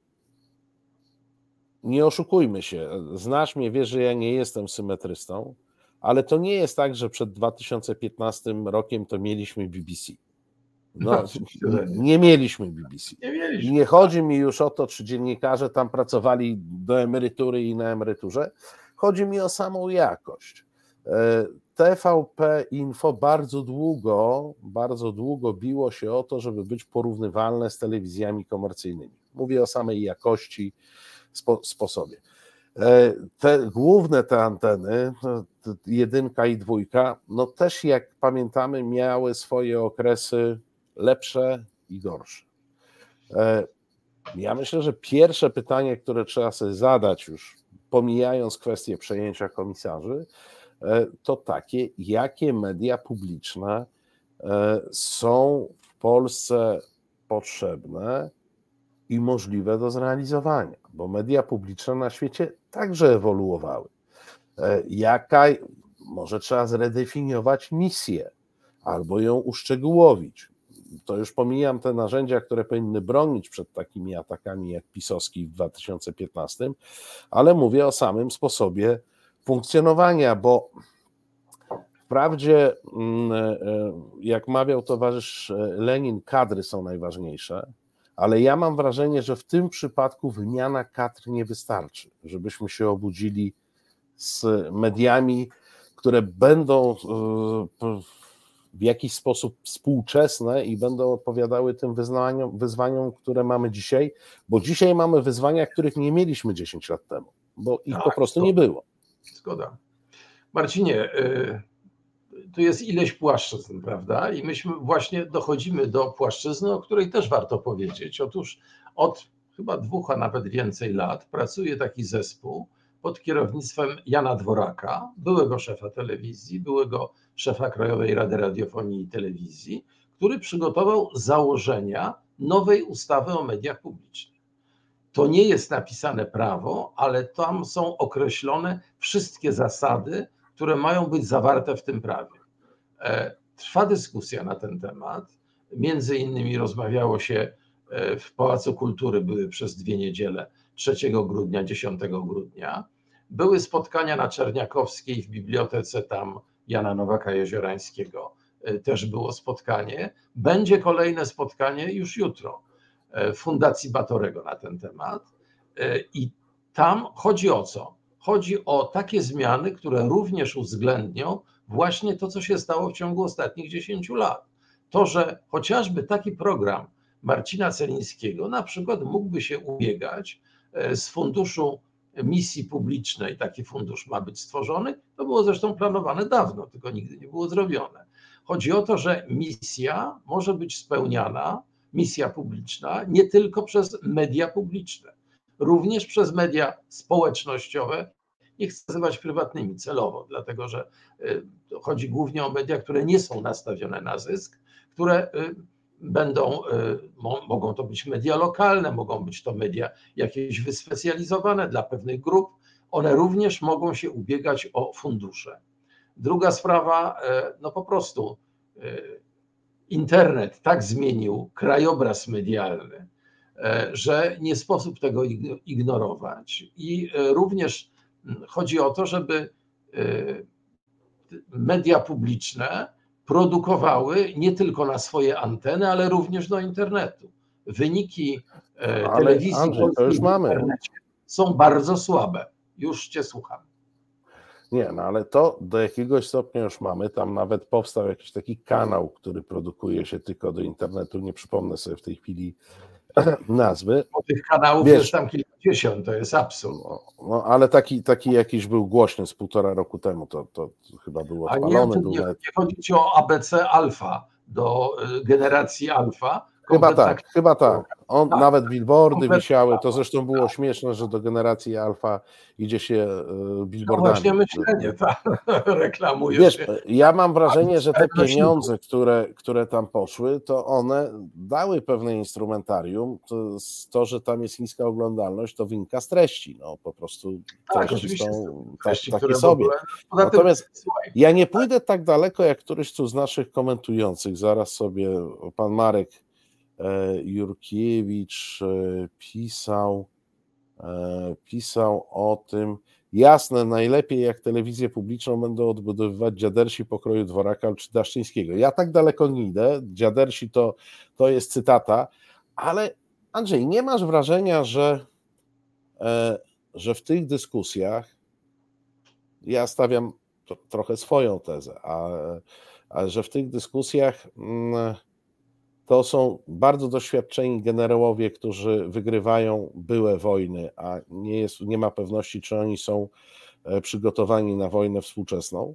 Speaker 1: nie oszukujmy się, znasz mnie, wiesz, że ja nie jestem symetrystą, ale to nie jest tak, że przed dwa tysiące piętnastym rokiem to mieliśmy B B C. No, nie mieliśmy B B C.
Speaker 2: Nie mieliśmy.
Speaker 1: I nie chodzi mi już o to, czy dziennikarze tam pracowali do emerytury i na emeryturze. Chodzi mi o samą jakość. T V P Info bardzo długo, bardzo długo biło się o to, żeby być porównywalne z telewizjami komercyjnymi. Mówię o samej jakości, spo, sposobie. Te główne te anteny, jedynka i dwójka, no też jak pamiętamy miały swoje okresy lepsze i gorsze. Ja myślę, że pierwsze pytanie, które trzeba sobie zadać już, pomijając kwestię przejęcia komisarzy, to takie, jakie media publiczne są w Polsce potrzebne i możliwe do zrealizowania, bo media publiczne na świecie także ewoluowały. Jaka, może trzeba zredefiniować misję albo ją uszczegółowić. To już pomijam te narzędzia, które powinny bronić przed takimi atakami jak pisowski w dwa tysiące piętnastym, ale mówię o samym sposobie funkcjonowania, bo wprawdzie, jak mawiał towarzysz Lenin, kadry są najważniejsze, ale ja mam wrażenie, że w tym przypadku wymiana kadr nie wystarczy, żebyśmy się obudzili z mediami, które będą w jakiś sposób współczesne i będą odpowiadały tym wyzwaniom, wyzwaniom, które mamy dzisiaj, bo dzisiaj mamy wyzwania, których nie mieliśmy dziesięć lat temu, bo ich tak, po prostu zgoda. nie było.
Speaker 2: Zgoda. Marcinie, tu jest ileś płaszczyzn, prawda? I myśmy właśnie dochodzimy do płaszczyzny, o której też warto powiedzieć. Otóż od chyba dwóch, a nawet więcej lat pracuje taki zespół pod kierownictwem Jana Dworaka, byłego szefa telewizji, byłego szefa Krajowej Rady Radiofonii i Telewizji, który przygotował założenia nowej ustawy o mediach publicznych. To nie jest napisane prawo, ale tam są określone wszystkie zasady, które mają być zawarte w tym prawie. Trwa dyskusja na ten temat. Między innymi rozmawiało się w Pałacu Kultury, były przez dwie niedziele, trzeciego grudnia, dziesiątego grudnia. Były spotkania na Czerniakowskiej w bibliotece tam Jana Nowaka-Jeziorańskiego. Też było spotkanie. Będzie kolejne spotkanie już jutro w Fundacji Batorego na ten temat. I tam chodzi o co? Chodzi o takie zmiany, które również uwzględnią właśnie to, co się stało w ciągu ostatnich dziesięciu lat. To, że chociażby taki program Marcina Celińskiego na przykład mógłby się ubiegać z funduszu misji publicznej, taki fundusz ma być stworzony, to było zresztą planowane dawno, tylko nigdy nie było zrobione. Chodzi o to, że misja może być spełniana, misja publiczna, nie tylko przez media publiczne, również przez media społecznościowe, nie chcę nazywać prywatnymi celowo, dlatego że chodzi głównie o media, które nie są nastawione na zysk, które będą, mogą to być media lokalne, mogą być to media jakieś wyspecjalizowane dla pewnych grup, one również mogą się ubiegać o fundusze. Druga sprawa, no po prostu internet tak zmienił krajobraz medialny, że nie sposób tego ignorować. I również chodzi o to, żeby media publiczne produkowały nie tylko na swoje anteny, ale również do internetu. Wyniki ale telewizji
Speaker 1: Andrzej, to już
Speaker 2: w
Speaker 1: mamy.
Speaker 2: internecie są bardzo słabe. Już cię słucham.
Speaker 1: Nie, no ale to do jakiegoś stopnia już mamy. Tam nawet powstał jakiś taki kanał, który produkuje się tylko do internetu. Nie przypomnę sobie w tej chwili nazwy.
Speaker 2: Bo tych kanałów Wiesz, jest tam kilkadziesiąt, to jest absurd.
Speaker 1: No, no ale taki, taki jakiś był głośny z półtora roku temu, to, to chyba był odpalony.
Speaker 2: A nie,
Speaker 1: był
Speaker 2: nie,
Speaker 1: nawet...
Speaker 2: nie chodzi ci o A B C Alfa, do generacji Alfa.
Speaker 1: Chyba tak, chyba tak. On,
Speaker 2: tak.
Speaker 1: Nawet billboardy
Speaker 2: Kompletnie
Speaker 1: wisiały,
Speaker 2: tak.
Speaker 1: to zresztą było
Speaker 2: tak.
Speaker 1: śmieszne, że do generacji Alfa idzie się
Speaker 2: No
Speaker 1: billboardami.
Speaker 2: właśnie myślenie, tak, reklamuje
Speaker 1: Wiesz,
Speaker 2: się.
Speaker 1: ja mam wrażenie, że te pieniądze, które, które tam poszły, to one dały pewne instrumentarium. To, to, że tam jest niska oglądalność, to wynika z treści. No po prostu
Speaker 2: tak,
Speaker 1: treści są
Speaker 2: treści,
Speaker 1: tak, takie sobie.
Speaker 2: Ogóle,
Speaker 1: Natomiast
Speaker 2: tym, słuchaj,
Speaker 1: ja nie pójdę tak daleko, jak któryś tu z naszych komentujących. Zaraz sobie pan Marek Jurkiewicz pisał, pisał o tym. Jasne, najlepiej jak telewizję publiczną będą odbudowywać dziadersi pokroju Dworaka czy Daszczyńskiego. Ja tak daleko nie idę, dziadersi to, to jest cytata, ale Andrzej, nie masz wrażenia, że, że w tych dyskusjach, ja stawiam trochę swoją tezę, a, a że w tych dyskusjach to są bardzo doświadczeni generałowie, którzy wygrywają byłe wojny, a nie, jest, nie ma pewności, czy oni są przygotowani na wojnę współczesną?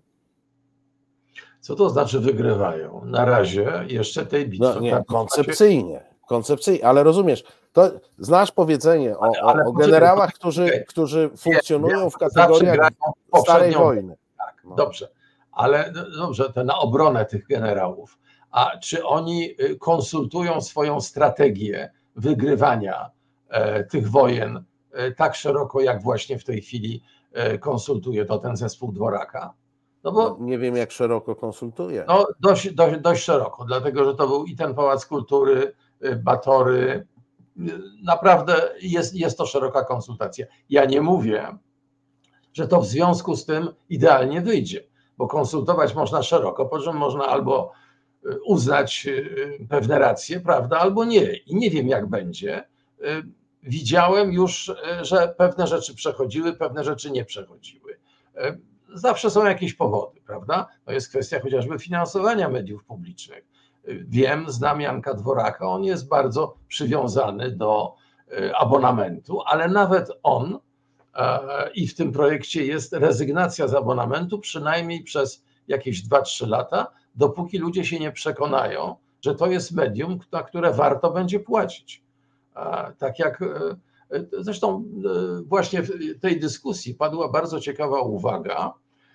Speaker 2: Co to znaczy wygrywają? Na razie jeszcze tej bitwy.
Speaker 1: No nie, koncepcyjnie, koncepcyjnie, ale rozumiesz, to znasz powiedzenie o, ale, ale o generałach, którzy, którzy funkcjonują ja, w kategoriach starej wojny.
Speaker 2: Tak, no. Dobrze, ale dobrze, to na obronę tych generałów. A czy oni konsultują swoją strategię wygrywania e, tych wojen e, tak szeroko, jak właśnie w tej chwili e, konsultuje to ten zespół Dworaka?
Speaker 1: No bo no, nie wiem, jak szeroko konsultuje.
Speaker 2: No dość, dość, dość szeroko, dlatego że to był i ten Pałac Kultury, Batory. Naprawdę jest, jest to szeroka konsultacja. Ja nie mówię, że to w związku z tym idealnie wyjdzie, bo konsultować można szeroko, po czym można albo uznać pewne racje, prawda, albo nie. I nie wiem, jak będzie. Widziałem już, że pewne rzeczy przechodziły, pewne rzeczy nie przechodziły. Zawsze są jakieś powody, prawda? To jest kwestia chociażby finansowania mediów publicznych. Wiem, znam Janka Dworaka, on jest bardzo przywiązany do abonamentu, ale nawet on i w tym projekcie jest rezygnacja z abonamentu przynajmniej przez jakieś dwa trzy lata, dopóki ludzie się nie przekonają, że to jest medium, na które warto będzie płacić. Tak jak zresztą właśnie w tej dyskusji padła bardzo ciekawa uwaga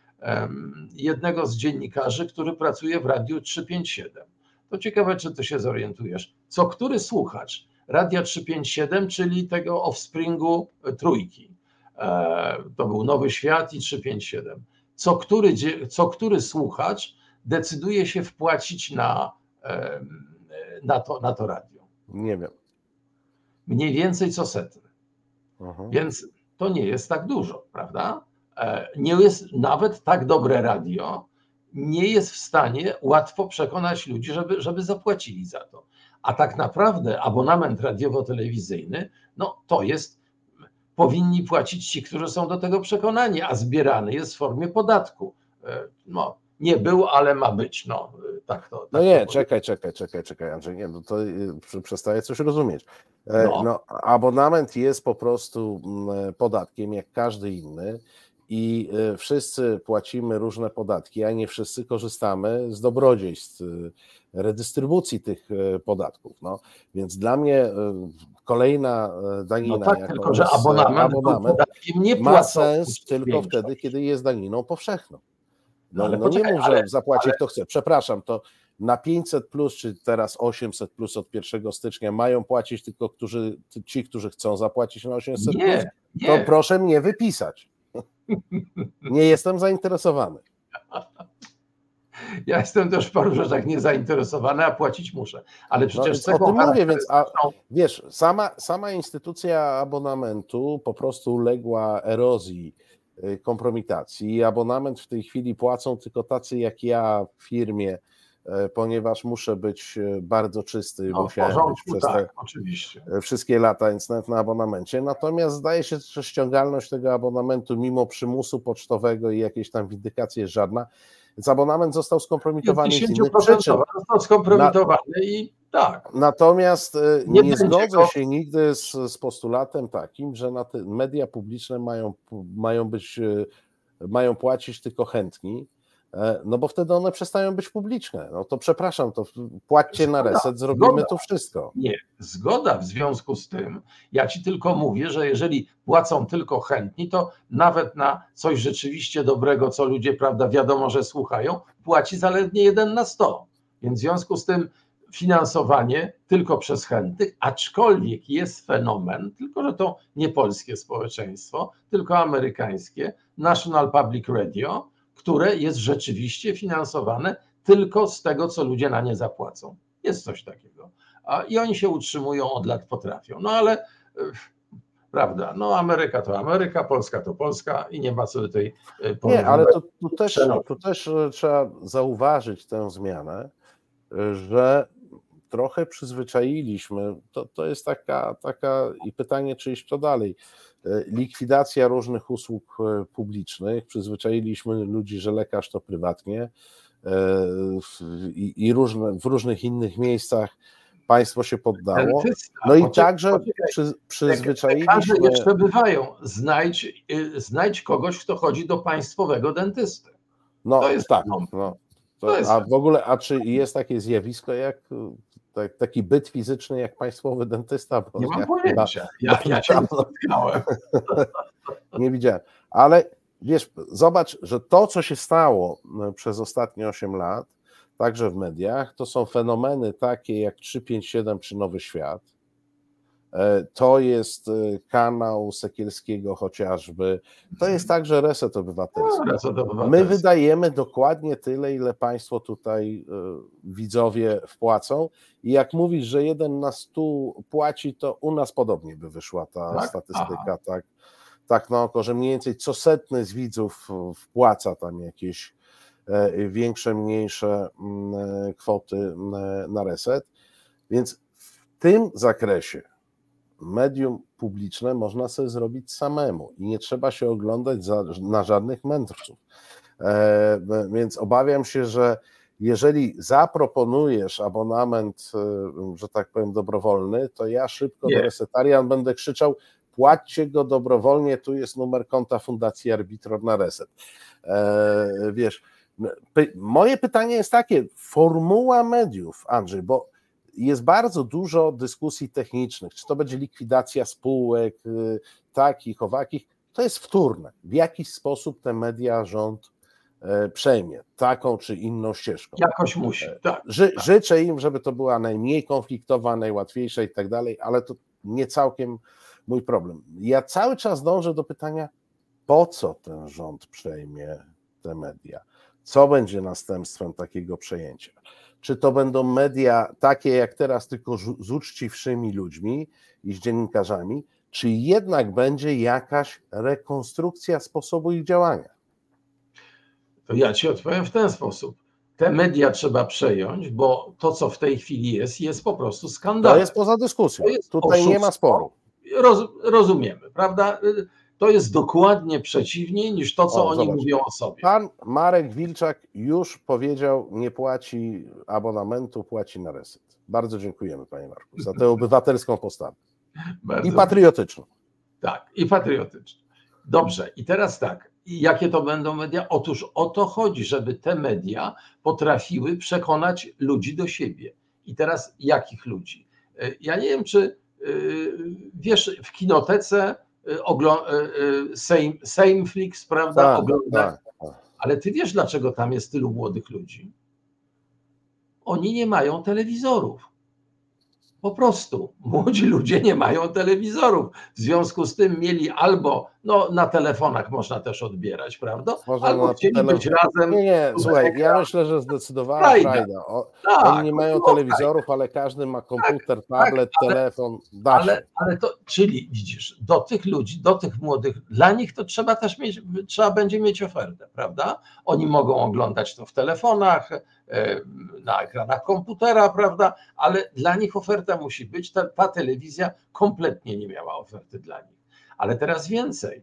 Speaker 2: jednego z dziennikarzy, który pracuje w Radiu trzysta pięćdziesiąt siedem. To ciekawe, czy ty się zorientujesz. Co który słuchacz Radia trzysta pięćdziesiąt siedem, czyli tego offspringu trójki, to był Nowy Świat i trzysta pięćdziesiąt siedem. Co który, co który słuchacz decyduje się wpłacić na, na, to, na to radio?
Speaker 1: Nie wiem.
Speaker 2: Mniej więcej co setny.
Speaker 1: Uh-huh.
Speaker 2: Więc to nie jest tak dużo, prawda? Nie jest nawet tak dobre radio, nie jest w stanie łatwo przekonać ludzi, żeby, żeby zapłacili za to. A tak naprawdę abonament radiowo-telewizyjny, no to jest, powinni płacić ci, którzy są do tego przekonani, a zbierany jest w formie podatku. No, nie był, ale ma być. No, tak to, tak
Speaker 1: no nie,
Speaker 2: to
Speaker 1: czekaj, czekaj, czekaj, czekaj, Andrzej, nie, no to przestaję coś rozumieć.
Speaker 2: No.
Speaker 1: No, abonament jest po prostu podatkiem, jak każdy inny, i wszyscy płacimy różne podatki, a nie wszyscy korzystamy z dobrodziejstw redystrybucji tych podatków. No, więc dla mnie kolejna danina,
Speaker 2: no tak,
Speaker 1: jako
Speaker 2: tylko że abonament,
Speaker 1: abonament
Speaker 2: nie
Speaker 1: ma sens tylko wtedy, kiedy jest daniną powszechną. No, no nie mów, że
Speaker 2: ale,
Speaker 1: zapłaci
Speaker 2: ale,
Speaker 1: kto chce. Przepraszam, to na pięćset plus, czy teraz osiemset plus od pierwszego stycznia mają płacić tylko którzy, ci, którzy chcą zapłacić na osiemset plus,
Speaker 2: Nie,
Speaker 1: to
Speaker 2: nie.
Speaker 1: proszę mnie wypisać. Nie jestem zainteresowany.
Speaker 2: Ja jestem też w paru rzeczach niezainteresowany, a płacić muszę. Ale przecież
Speaker 1: no, o tym mówię, więc a,
Speaker 2: charakterystyczną-
Speaker 1: wiesz, sama, sama instytucja abonamentu po prostu uległa erozji, y, kompromitacji i abonament w tej chwili płacą tylko tacy jak ja w firmie, y, ponieważ muszę być y, bardzo czysty,
Speaker 2: No, w
Speaker 1: musiałem być
Speaker 2: porządku,
Speaker 1: przez
Speaker 2: tak,
Speaker 1: te
Speaker 2: oczywiście.
Speaker 1: wszystkie lata, więc nawet na abonamencie. Natomiast zdaje się, że ściągalność tego abonamentu mimo przymusu pocztowego i jakiejś tam windykacji jest żadna. Więc abonament został skompromitowany z innych przyczyn.
Speaker 2: Został skompromitowany i tak.
Speaker 1: Natomiast
Speaker 2: Nie
Speaker 1: nie, nie
Speaker 2: będzie
Speaker 1: zgodzę
Speaker 2: go.
Speaker 1: się nigdy z, z postulatem takim, że na te media publiczne mają, mają być, mają płacić tylko chętni, no bo wtedy one przestają być publiczne. No to przepraszam, to płaćcie na reset, zrobimy
Speaker 2: zgoda.
Speaker 1: tu wszystko.
Speaker 2: Nie, zgoda w związku z tym, ja ci tylko mówię, że jeżeli płacą tylko chętni, to nawet na coś rzeczywiście dobrego, co ludzie, prawda, wiadomo, że słuchają, płaci zaledwie jeden na sto. Więc w związku z tym finansowanie tylko przez chętnych, aczkolwiek jest fenomen, tylko że to nie polskie społeczeństwo, tylko amerykańskie, National Public Radio, które jest rzeczywiście finansowane tylko z tego, co ludzie na nie zapłacą. Jest coś takiego. A, i oni się utrzymują od lat, potrafią. No ale prawda, no Ameryka to Ameryka, Polska to Polska i nie ma co tutaj
Speaker 1: Nie, ale tu, tu, też, tu też trzeba zauważyć tę zmianę, że trochę przyzwyczailiśmy, to, to jest taka, taka i pytanie, czy iść to dalej, likwidacja różnych usług publicznych, przyzwyczailiśmy ludzi, że lekarz to prywatnie i, i różne, w różnych innych miejscach państwo się poddało. No i także przy, przyzwyczailiśmy...
Speaker 2: Lekarze jeszcze bywają. Znajdź, znajdź kogoś, kto chodzi do państwowego dentysty.
Speaker 1: No
Speaker 2: to jest
Speaker 1: tak, no, to,
Speaker 2: to jest
Speaker 1: a w ogóle, a czy jest takie zjawisko jak tak, taki byt fizyczny jak państwowy dentysta? Bo
Speaker 2: nie mam
Speaker 1: ja,
Speaker 2: pojęcia, ja, ja się nie spotkałem.
Speaker 1: Nie widziałem, ale wiesz, zobacz, że to, co się stało przez ostatnie osiem lat, także w mediach, to są fenomeny takie jak trzy pięć siedem czy Nowy Świat. To jest kanał Sekielskiego chociażby. To jest także Reset Obywatelski.
Speaker 2: No, Reset Obywatelski.
Speaker 1: My wydajemy dokładnie tyle, ile państwo tutaj widzowie wpłacą. I jak mówisz, że jeden na stu płaci, to u nas podobnie by wyszła ta
Speaker 2: tak?
Speaker 1: statystyka. Tak, tak na oko, że mniej więcej co setny z widzów wpłaca tam jakieś większe, mniejsze kwoty na Reset. Więc w tym zakresie medium publiczne można sobie zrobić samemu i nie trzeba się oglądać za, na żadnych mędrców. E, więc obawiam się, że jeżeli zaproponujesz abonament, że tak powiem, dobrowolny, to ja szybko nie. do Resetarian będę krzyczał: płaćcie go dobrowolnie, tu jest numer konta Fundacji Arbitron na Reset. E, wiesz, py, moje pytanie jest takie, formuła mediów, Andrzej, bo jest bardzo dużo dyskusji technicznych, czy to będzie likwidacja spółek takich, owakich, to jest wtórne. W jaki sposób te media rząd przejmie, taką czy inną ścieżką.
Speaker 2: Jakoś musi, tak.
Speaker 1: Ży,
Speaker 2: tak.
Speaker 1: Życzę im, żeby to była najmniej konfliktowa, najłatwiejsza i tak dalej, ale to nie całkiem mój problem. Ja cały czas dążę do pytania, po co ten rząd przejmie te media? Co będzie następstwem takiego przejęcia? Czy to będą media takie jak teraz, tylko z uczciwszymi ludźmi i z dziennikarzami, czy jednak będzie jakaś rekonstrukcja sposobu ich działania?
Speaker 2: To ja ci odpowiem w ten sposób. Te media trzeba przejąć, bo to, co w tej chwili jest, jest po prostu skandalem.
Speaker 1: To jest poza dyskusją. Jest Tutaj oszustwo. Nie ma sporu.
Speaker 2: Roz, rozumiemy, prawda? To jest dokładnie przeciwnie niż to, co o, oni zobacz. mówią o sobie.
Speaker 1: Pan Marek Wilczak już powiedział, nie płaci abonamentu, płaci na Reset. Bardzo dziękujemy, panie Marku, za tę obywatelską postawę. Bardzo I patriotyczną.
Speaker 2: Tak, i patriotyczną. Dobrze, i teraz tak, i jakie to będą media? Otóż o to chodzi, żeby te media potrafiły przekonać ludzi do siebie. I teraz jakich ludzi? Ja nie wiem, czy wiesz, w kinotece Sejm, Sejmflix, prawda,
Speaker 1: tak,
Speaker 2: ogląda.
Speaker 1: Tak, tak.
Speaker 2: Ale ty wiesz, dlaczego tam jest tylu młodych ludzi? Oni nie mają telewizorów. Po prostu młodzi ludzie nie mają telewizorów. W związku z tym mieli albo, no na telefonach można też odbierać, prawda?
Speaker 1: Można
Speaker 2: Albo
Speaker 1: na
Speaker 2: chcieli
Speaker 1: tele...
Speaker 2: być razem.
Speaker 1: Nie, nie, słuchaj, ja
Speaker 2: ekran.
Speaker 1: myślę, że zdecydowała
Speaker 2: Frajda.
Speaker 1: frajda. O,
Speaker 2: Tak,
Speaker 1: oni nie mają
Speaker 2: no,
Speaker 1: telewizorów, ale każdy ma komputer, tablet,
Speaker 2: ale,
Speaker 1: telefon, da się.
Speaker 2: ale, ale to, czyli widzisz, do tych ludzi, do tych młodych, dla nich to trzeba też mieć, trzeba będzie mieć ofertę, prawda? Oni mogą oglądać to w telefonach, na ekranach komputera, prawda? Ale dla nich oferta musi być. Ta, ta telewizja kompletnie nie miała oferty dla nich. Ale teraz więcej.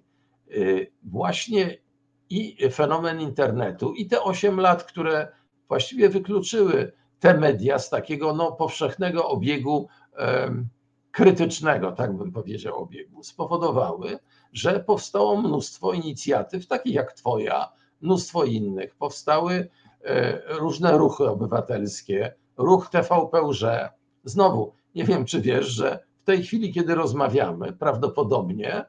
Speaker 2: Właśnie i fenomen internetu, i te osiem lat, które właściwie wykluczyły te media z takiego no, powszechnego obiegu um, krytycznego, tak bym powiedział, obiegu, spowodowały, że powstało mnóstwo inicjatyw, takich jak twoja, mnóstwo innych. Powstały e, różne ruchy obywatelskie, ruch T V P Łże. Znowu, nie wiem, czy wiesz, że w tej chwili, kiedy rozmawiamy, prawdopodobnie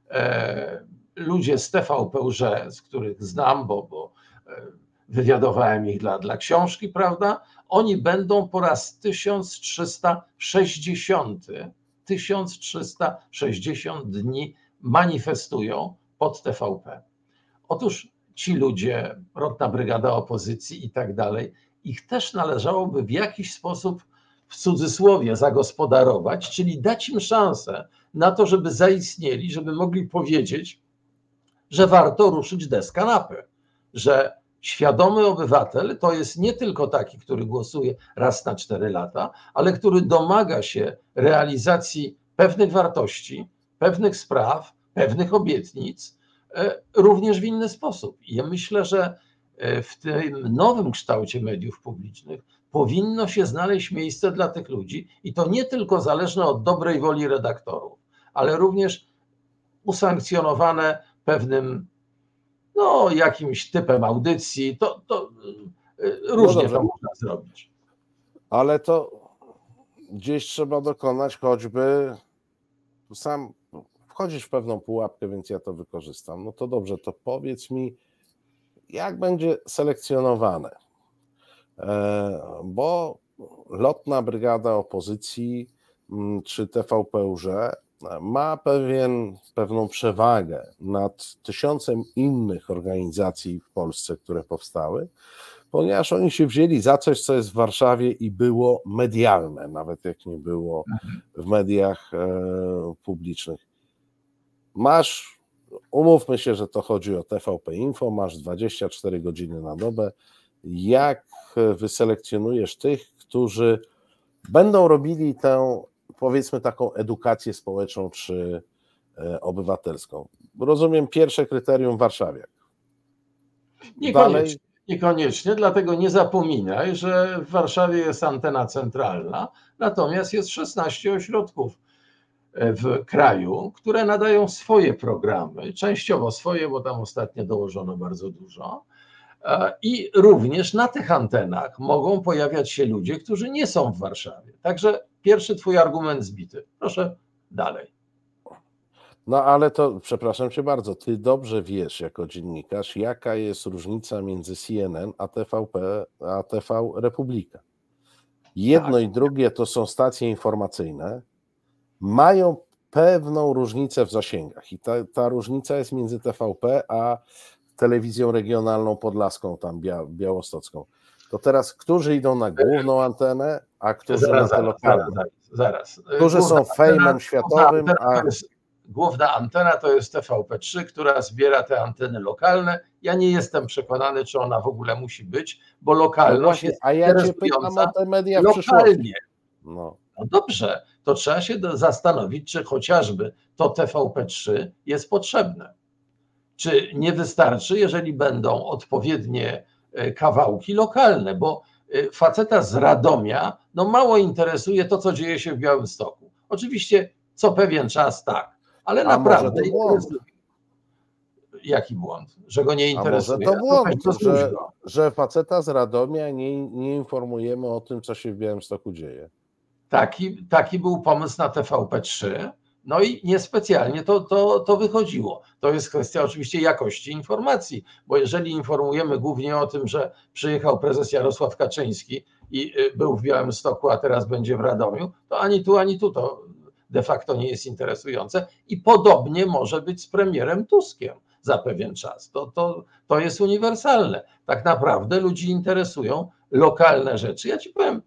Speaker 2: e, ludzie z T V P Łże, z których znam, bo, bo wywiadowałem ich dla, dla książki, prawda? Oni będą po raz tysiąc trzysta sześćdziesiąty, tysiąc trzysta sześćdziesiąt dni manifestują pod T V P. Otóż ci ludzie, Rotna Brygada Opozycji i tak dalej, ich też należałoby w jakiś sposób w cudzysłowie zagospodarować, czyli dać im szansę na to, żeby zaistnieli, żeby mogli powiedzieć, że warto ruszyć des kanapy, że świadomy obywatel to jest nie tylko taki, który głosuje raz na cztery lata, ale który domaga się realizacji pewnych wartości, pewnych spraw, pewnych obietnic, również w inny sposób. I ja myślę, że w tym nowym kształcie mediów publicznych powinno się znaleźć miejsce dla tych ludzi i to nie tylko zależne od dobrej woli redaktorów, ale również usankcjonowane pewnym, no jakimś typem audycji, to, to różnie no to można zrobić.
Speaker 1: Ale to gdzieś trzeba dokonać choćby, sam wchodzisz w pewną pułapkę, więc ja to wykorzystam. No to dobrze, to powiedz mi, jak będzie selekcjonowane, bo Rotna Brygada Opozycji czy T V P Łże ma pewien, pewną przewagę nad tysiącem innych organizacji w Polsce, które powstały, ponieważ oni się wzięli za coś, co jest w Warszawie i było medialne, nawet jak nie było w mediach publicznych. Masz, umówmy się, że to chodzi o T V P Info, masz dwadzieścia cztery godziny na dobę. Jak wyselekcjonujesz tych, którzy będą robili tę, powiedzmy, taką edukację społeczną czy obywatelską? Rozumiem, pierwsze kryterium warszawiak.
Speaker 2: Niekoniecznie, Dalej... niekoniecznie, dlatego nie zapominaj, że w Warszawie jest antena centralna, natomiast jest szesnaście ośrodków w kraju, które nadają swoje programy, częściowo swoje, bo tam ostatnio dołożono bardzo dużo. I również na tych antenach mogą pojawiać się ludzie, którzy nie są w Warszawie. Także pierwszy twój argument zbity. Proszę dalej.
Speaker 1: No ale to, przepraszam cię bardzo, ty dobrze wiesz jako dziennikarz, jaka jest różnica między C N N a T V P, a T V Republika. Jedno tak. i drugie to są stacje informacyjne, mają pewną różnicę w zasięgach i ta, ta różnica jest między T V P a telewizją regionalną podlaską, tam bia, białostocką. To teraz, którzy idą na główną antenę, a którzy zaraz, na te lokalne? Zaraz, zaraz. Którzy główna są fejmem światowym, a...
Speaker 2: Główna antena to jest T V P trzy, która zbiera te anteny lokalne. Ja nie jestem przekonany, czy ona w ogóle musi być, bo lokalność no właśnie, jest
Speaker 1: a ja cię pytam o te media w
Speaker 2: lokalnie.
Speaker 1: No.
Speaker 2: No dobrze, to trzeba się zastanowić, czy chociażby to T V P trzy jest potrzebne. Czy nie wystarczy, jeżeli będą odpowiednie kawałki lokalne, bo faceta z Radomia no mało interesuje to, co dzieje się w Białymstoku. Oczywiście co pewien czas tak, ale
Speaker 1: A
Speaker 2: naprawdę...
Speaker 1: Może to błąd.
Speaker 2: Jaki błąd? Że go nie interesuje?
Speaker 1: A może to błąd, to że, że faceta z Radomia nie, nie informujemy o tym, co się w Białymstoku dzieje.
Speaker 2: Taki, taki był pomysł na T V P trzy. No i niespecjalnie to, to, to wychodziło. To jest kwestia oczywiście jakości informacji, bo jeżeli informujemy głównie o tym, że przyjechał prezes Jarosław Kaczyński i był w Białymstoku, a teraz będzie w Radomiu, to ani tu, ani tu to de facto nie jest interesujące i podobnie może być z premierem Tuskiem za pewien czas. To, to, to jest uniwersalne. Tak naprawdę ludzi interesują lokalne rzeczy. Ja ci powiem,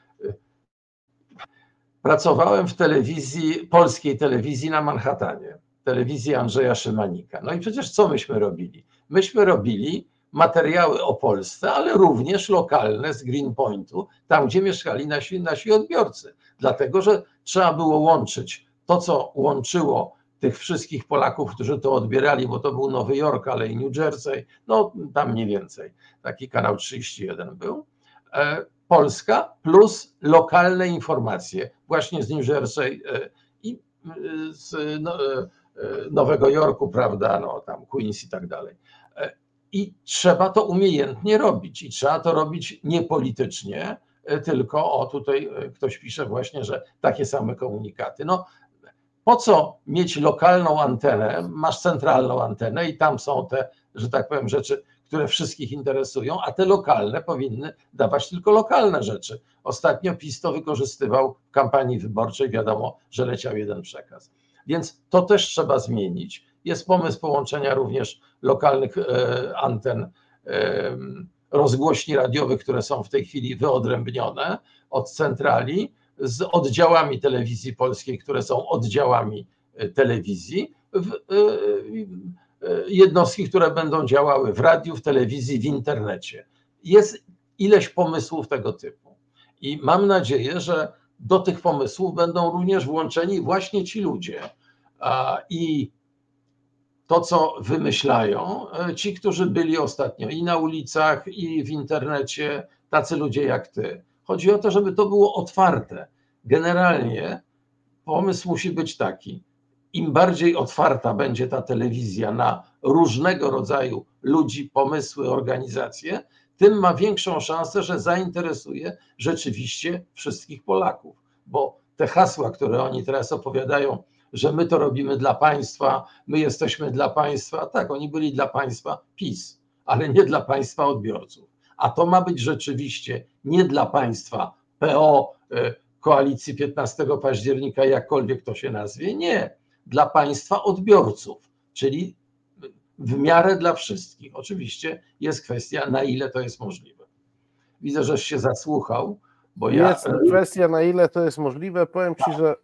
Speaker 2: pracowałem w telewizji, polskiej telewizji na Manhattanie, telewizji Andrzeja Szymanika. No i przecież co myśmy robili? Myśmy robili materiały o Polsce, ale również lokalne z Greenpointu, tam gdzie mieszkali nasi, nasi odbiorcy. Dlatego, że trzeba było łączyć to, co łączyło tych wszystkich Polaków, którzy to odbierali, bo to był Nowy Jork, ale i New Jersey, no tam mniej więcej. Taki kanał trzydzieści jeden był. Polska plus lokalne informacje właśnie z New Jersey i z Nowego Jorku, prawda, no tam Queens i tak dalej. I trzeba to umiejętnie robić i trzeba to robić nie politycznie, tylko o tutaj ktoś pisze właśnie, że takie same komunikaty. No po co mieć lokalną antenę, masz centralną antenę i tam są te, że tak powiem, rzeczy, które wszystkich interesują, a te lokalne powinny dawać tylko lokalne rzeczy. Ostatnio PiS to wykorzystywał w kampanii wyborczej, wiadomo, że leciał jeden przekaz. Więc to też trzeba zmienić. Jest pomysł połączenia również lokalnych anten rozgłośni radiowych, które są w tej chwili wyodrębnione od centrali, z oddziałami telewizji polskiej, które są oddziałami telewizji, w jednostki, które będą działały w radiu, w telewizji, w internecie. Jest ileś pomysłów tego typu i mam nadzieję, że do tych pomysłów będą również włączeni właśnie ci ludzie i to, co wymyślają ci, którzy byli ostatnio i na ulicach, i w internecie, tacy ludzie jak ty. Chodzi o to, żeby to było otwarte. Generalnie pomysł musi być taki, im bardziej otwarta będzie ta telewizja na różnego rodzaju ludzi, pomysły, organizacje, tym ma większą szansę, że zainteresuje rzeczywiście wszystkich Polaków. Bo te hasła, które oni teraz opowiadają, że my to robimy dla państwa, my jesteśmy dla państwa, tak, oni byli dla państwa PiS, ale nie dla państwa odbiorców. A to ma być rzeczywiście nie dla państwa P O, koalicji piętnastego października, jakkolwiek to się nazwie, nie, dla państwa odbiorców, czyli w miarę dla wszystkich. Oczywiście jest kwestia, na ile to jest możliwe. Widzę, żeś się zasłuchał, bo ja...
Speaker 1: Jest kwestia, na ile to jest możliwe. Powiem ci, że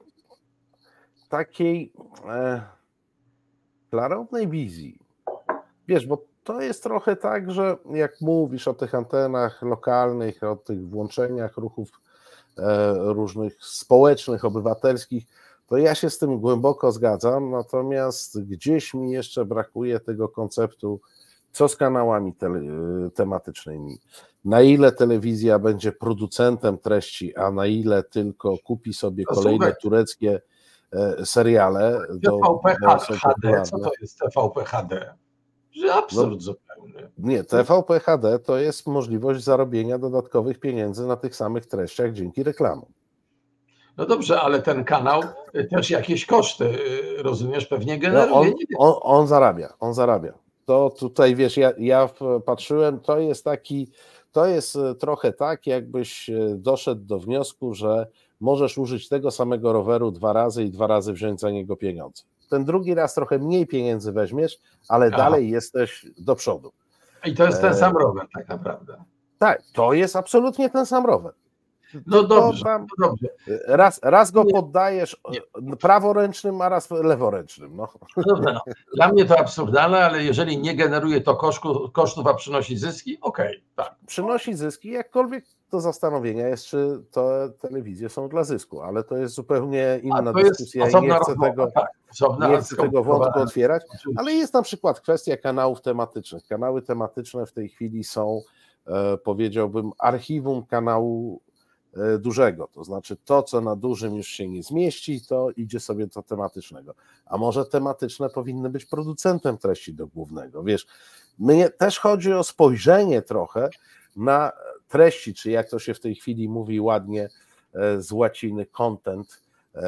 Speaker 1: takiej e, klarownej wizji, wiesz, bo to jest trochę tak, że jak mówisz o tych antenach lokalnych, o tych włączeniach ruchów e, różnych społecznych, obywatelskich, to ja się z tym głęboko zgadzam, natomiast gdzieś mi jeszcze brakuje tego konceptu, co z kanałami tele, tematycznymi, na ile telewizja będzie producentem treści, a na ile tylko kupi sobie kolejne tureckie seriale.
Speaker 2: T V P H D, co to jest T V P H D? Absurd no, zupełny.
Speaker 1: Nie, T V P H D to jest możliwość zarobienia dodatkowych pieniędzy na tych samych treściach dzięki reklamom.
Speaker 2: No dobrze, ale ten kanał też jakieś koszty, rozumiesz, pewnie generuje.
Speaker 1: No on, on, on zarabia, on zarabia. To tutaj, wiesz, ja, ja patrzyłem, to jest taki, to jest trochę tak, jakbyś doszedł do wniosku, że możesz użyć tego samego roweru dwa razy i dwa razy wziąć za niego pieniądze. Ten drugi raz trochę mniej pieniędzy weźmiesz, ale Aha. dalej jesteś do przodu.
Speaker 2: I to jest ten sam rower tak naprawdę.
Speaker 1: Tak, to jest absolutnie ten sam rower.
Speaker 2: No dobrze, tam, no dobrze.
Speaker 1: Raz, raz go poddajesz nie. praworęcznym, a raz leworęcznym. No.
Speaker 2: No dobrze, no. Dla mnie to absurdalne, ale jeżeli nie generuje to kosztu, kosztów, a przynosi zyski, okej. Okay, tak.
Speaker 1: Przynosi zyski, jakkolwiek do zastanowienia jest, czy te telewizje są dla zysku, ale to jest zupełnie inna dyskusja i nie chcę tego,
Speaker 2: tak,
Speaker 1: nie chcę tego wątku otwierać, ale jest na przykład kwestia kanałów tematycznych. Kanały tematyczne w tej chwili są, powiedziałbym, archiwum kanału dużego, to znaczy to, co na dużym już się nie zmieści, to idzie sobie do tematycznego, a może tematyczne powinny być producentem treści do głównego, wiesz, mnie też chodzi o spojrzenie trochę na treści, czy jak to się w tej chwili mówi ładnie z łaciny content,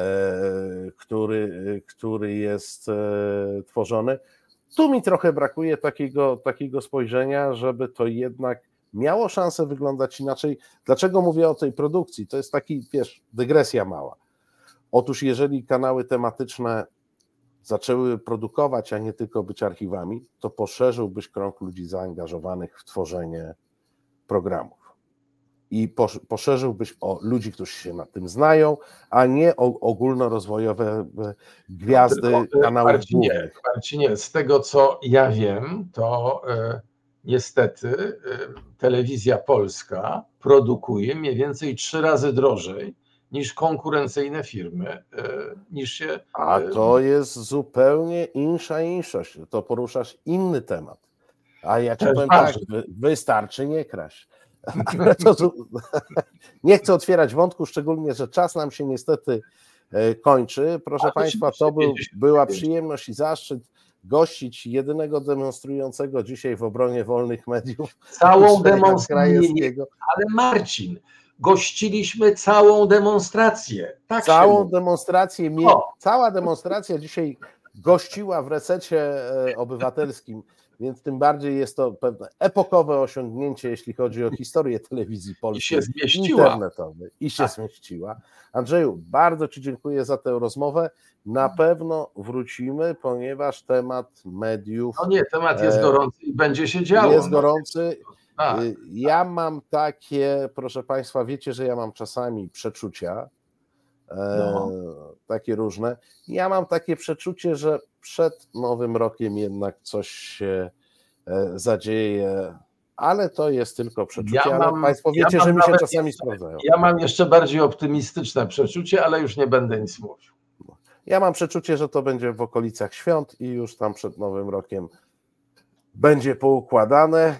Speaker 1: który, który jest tworzony. Tu mi trochę brakuje takiego, takiego spojrzenia, żeby to jednak miało szansę wyglądać inaczej. Dlaczego mówię o tej produkcji? To jest taki, wiesz, dygresja mała. Otóż jeżeli kanały tematyczne zaczęły produkować, a nie tylko być archiwami, to poszerzyłbyś krąg ludzi zaangażowanych w tworzenie programów. I poszerzyłbyś o ludzi, którzy się na tym znają, a nie o ogólnorozwojowe gwiazdy no, kanałów
Speaker 2: Marcinie,
Speaker 1: głównych.
Speaker 2: Marcinie, z tego co ja wiem, to e, niestety e, telewizja polska produkuje mniej więcej trzy razy drożej niż konkurencyjne firmy, e, niż się... E,
Speaker 1: a to jest zupełnie insza inszość. To poruszasz inny temat. A ja ci powiem tak, wystarczy nie kraść. Ale to, nie chcę otwierać wątku, szczególnie, że czas nam się niestety kończy. Proszę A, Państwa, to był, była przyjemność i zaszczyt gościć jedynego demonstrującego dzisiaj w obronie wolnych mediów.
Speaker 2: Całą demonstrację. Ale Marcin, gościliśmy całą demonstrację. Tak
Speaker 1: całą demonstrację. Mie- cała demonstracja dzisiaj gościła w Resecie Obywatelskim. Więc tym bardziej jest to pewne epokowe osiągnięcie, jeśli chodzi o historię telewizji polskiej,
Speaker 2: I się zmieściła.
Speaker 1: internetowej. I się tak. zmieściła. Andrzeju, bardzo Ci dziękuję za tę rozmowę. Na pewno wrócimy, ponieważ temat mediów...
Speaker 2: No nie, temat jest gorący i będzie się działo.
Speaker 1: Jest gorący. No. Ja mam takie, proszę Państwa, wiecie, że ja mam czasami przeczucia, no. takie różne. Ja mam takie przeczucie, że przed Nowym Rokiem jednak coś się zadzieje, ale to jest tylko przeczucie, ja mam, ale Państwo wiecie, ja że mi się czasami
Speaker 2: jeszcze,
Speaker 1: sprawdzają.
Speaker 2: Ja mam jeszcze bardziej optymistyczne przeczucie, ale już nie będę nic mówił.
Speaker 1: Ja mam przeczucie, że to będzie w okolicach świąt i już tam przed Nowym Rokiem będzie poukładane.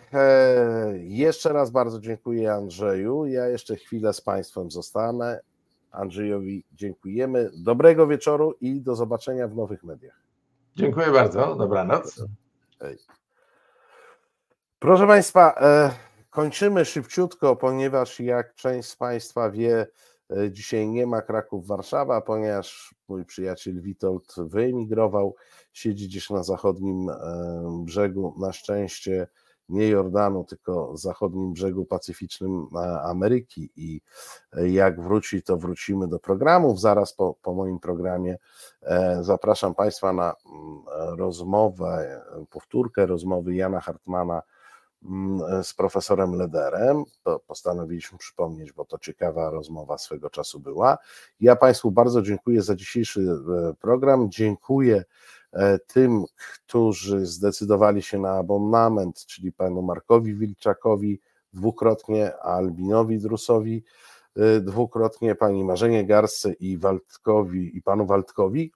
Speaker 1: Jeszcze raz bardzo dziękuję Andrzeju. Ja jeszcze chwilę z Państwem zostanę. Andrzejowi dziękujemy. Dobrego wieczoru i do zobaczenia w nowych mediach.
Speaker 2: Dziękuję bardzo. Dobranoc.
Speaker 1: Hej. Proszę Państwa, kończymy szybciutko, ponieważ jak część z Państwa wie, dzisiaj nie ma Kraków-Warszawa, ponieważ mój przyjaciel Witold wyemigrował, siedzi gdzieś na zachodnim brzegu, na szczęście nie Jordanu, tylko zachodnim brzegu pacyficznym Ameryki i jak wróci, to wrócimy do programów. Zaraz po, po moim programie zapraszam Państwa na rozmowę, powtórkę rozmowy Jana Hartmana z profesorem Lederem. To postanowiliśmy przypomnieć, bo to ciekawa rozmowa swego czasu była. Ja Państwu bardzo dziękuję za dzisiejszy program. Dziękuję tym, którzy zdecydowali się na abonament, czyli panu Markowi Wilczakowi dwukrotnie, a Albinowi Drusowi dwukrotnie, pani Marzenie Garsce i Waldkowi, i panu Waldkowi.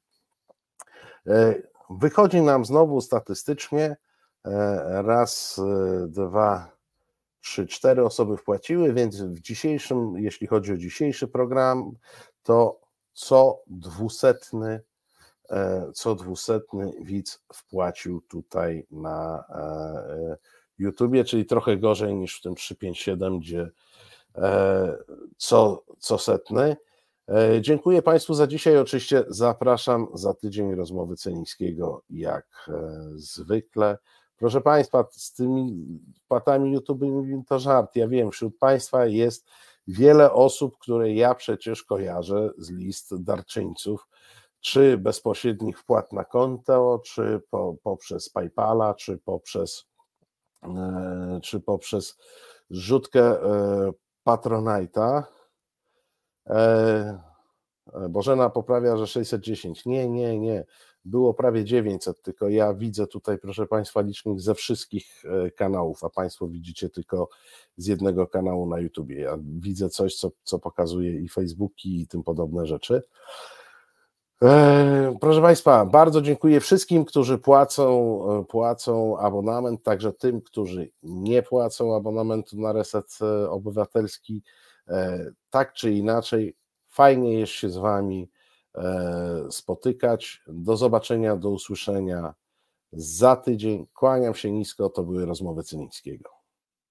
Speaker 1: Wychodzi nam znowu statystycznie raz, dwa, trzy, cztery osoby wpłaciły, więc w dzisiejszym, jeśli chodzi o dzisiejszy program, to co dwusetny co dwusetny widz wpłacił tutaj na YouTubie, czyli trochę gorzej niż w tym trzysta pięćdziesiąt siedem, gdzie co, co setny. Dziękuję Państwu za dzisiaj. Oczywiście zapraszam za tydzień rozmowy Celińskiego jak zwykle. Proszę Państwa, z tymi wpłatami YouTube to żart. Ja wiem, wśród Państwa jest wiele osób, które ja przecież kojarzę z list darczyńców, czy bezpośrednich wpłat na konto, czy po, poprzez PayPala, czy poprzez, e, czy poprzez zrzutkę e, Patronite'a. E, Bożena poprawia, że sześćset dziesięć. Nie, nie, nie. Było prawie dziewięćset, tylko ja widzę tutaj, proszę Państwa, licznik ze wszystkich kanałów, a Państwo widzicie tylko z jednego kanału na YouTubie. Ja widzę coś, co, co pokazuje i Facebooki i tym podobne rzeczy. Proszę Państwa, bardzo dziękuję wszystkim, którzy płacą, płacą abonament, także tym, którzy nie płacą abonamentu na Reset Obywatelski. Tak czy inaczej, fajnie jest się z Wami spotykać. Do zobaczenia, do usłyszenia za tydzień. Kłaniam się nisko, to były rozmowy Cynickiego.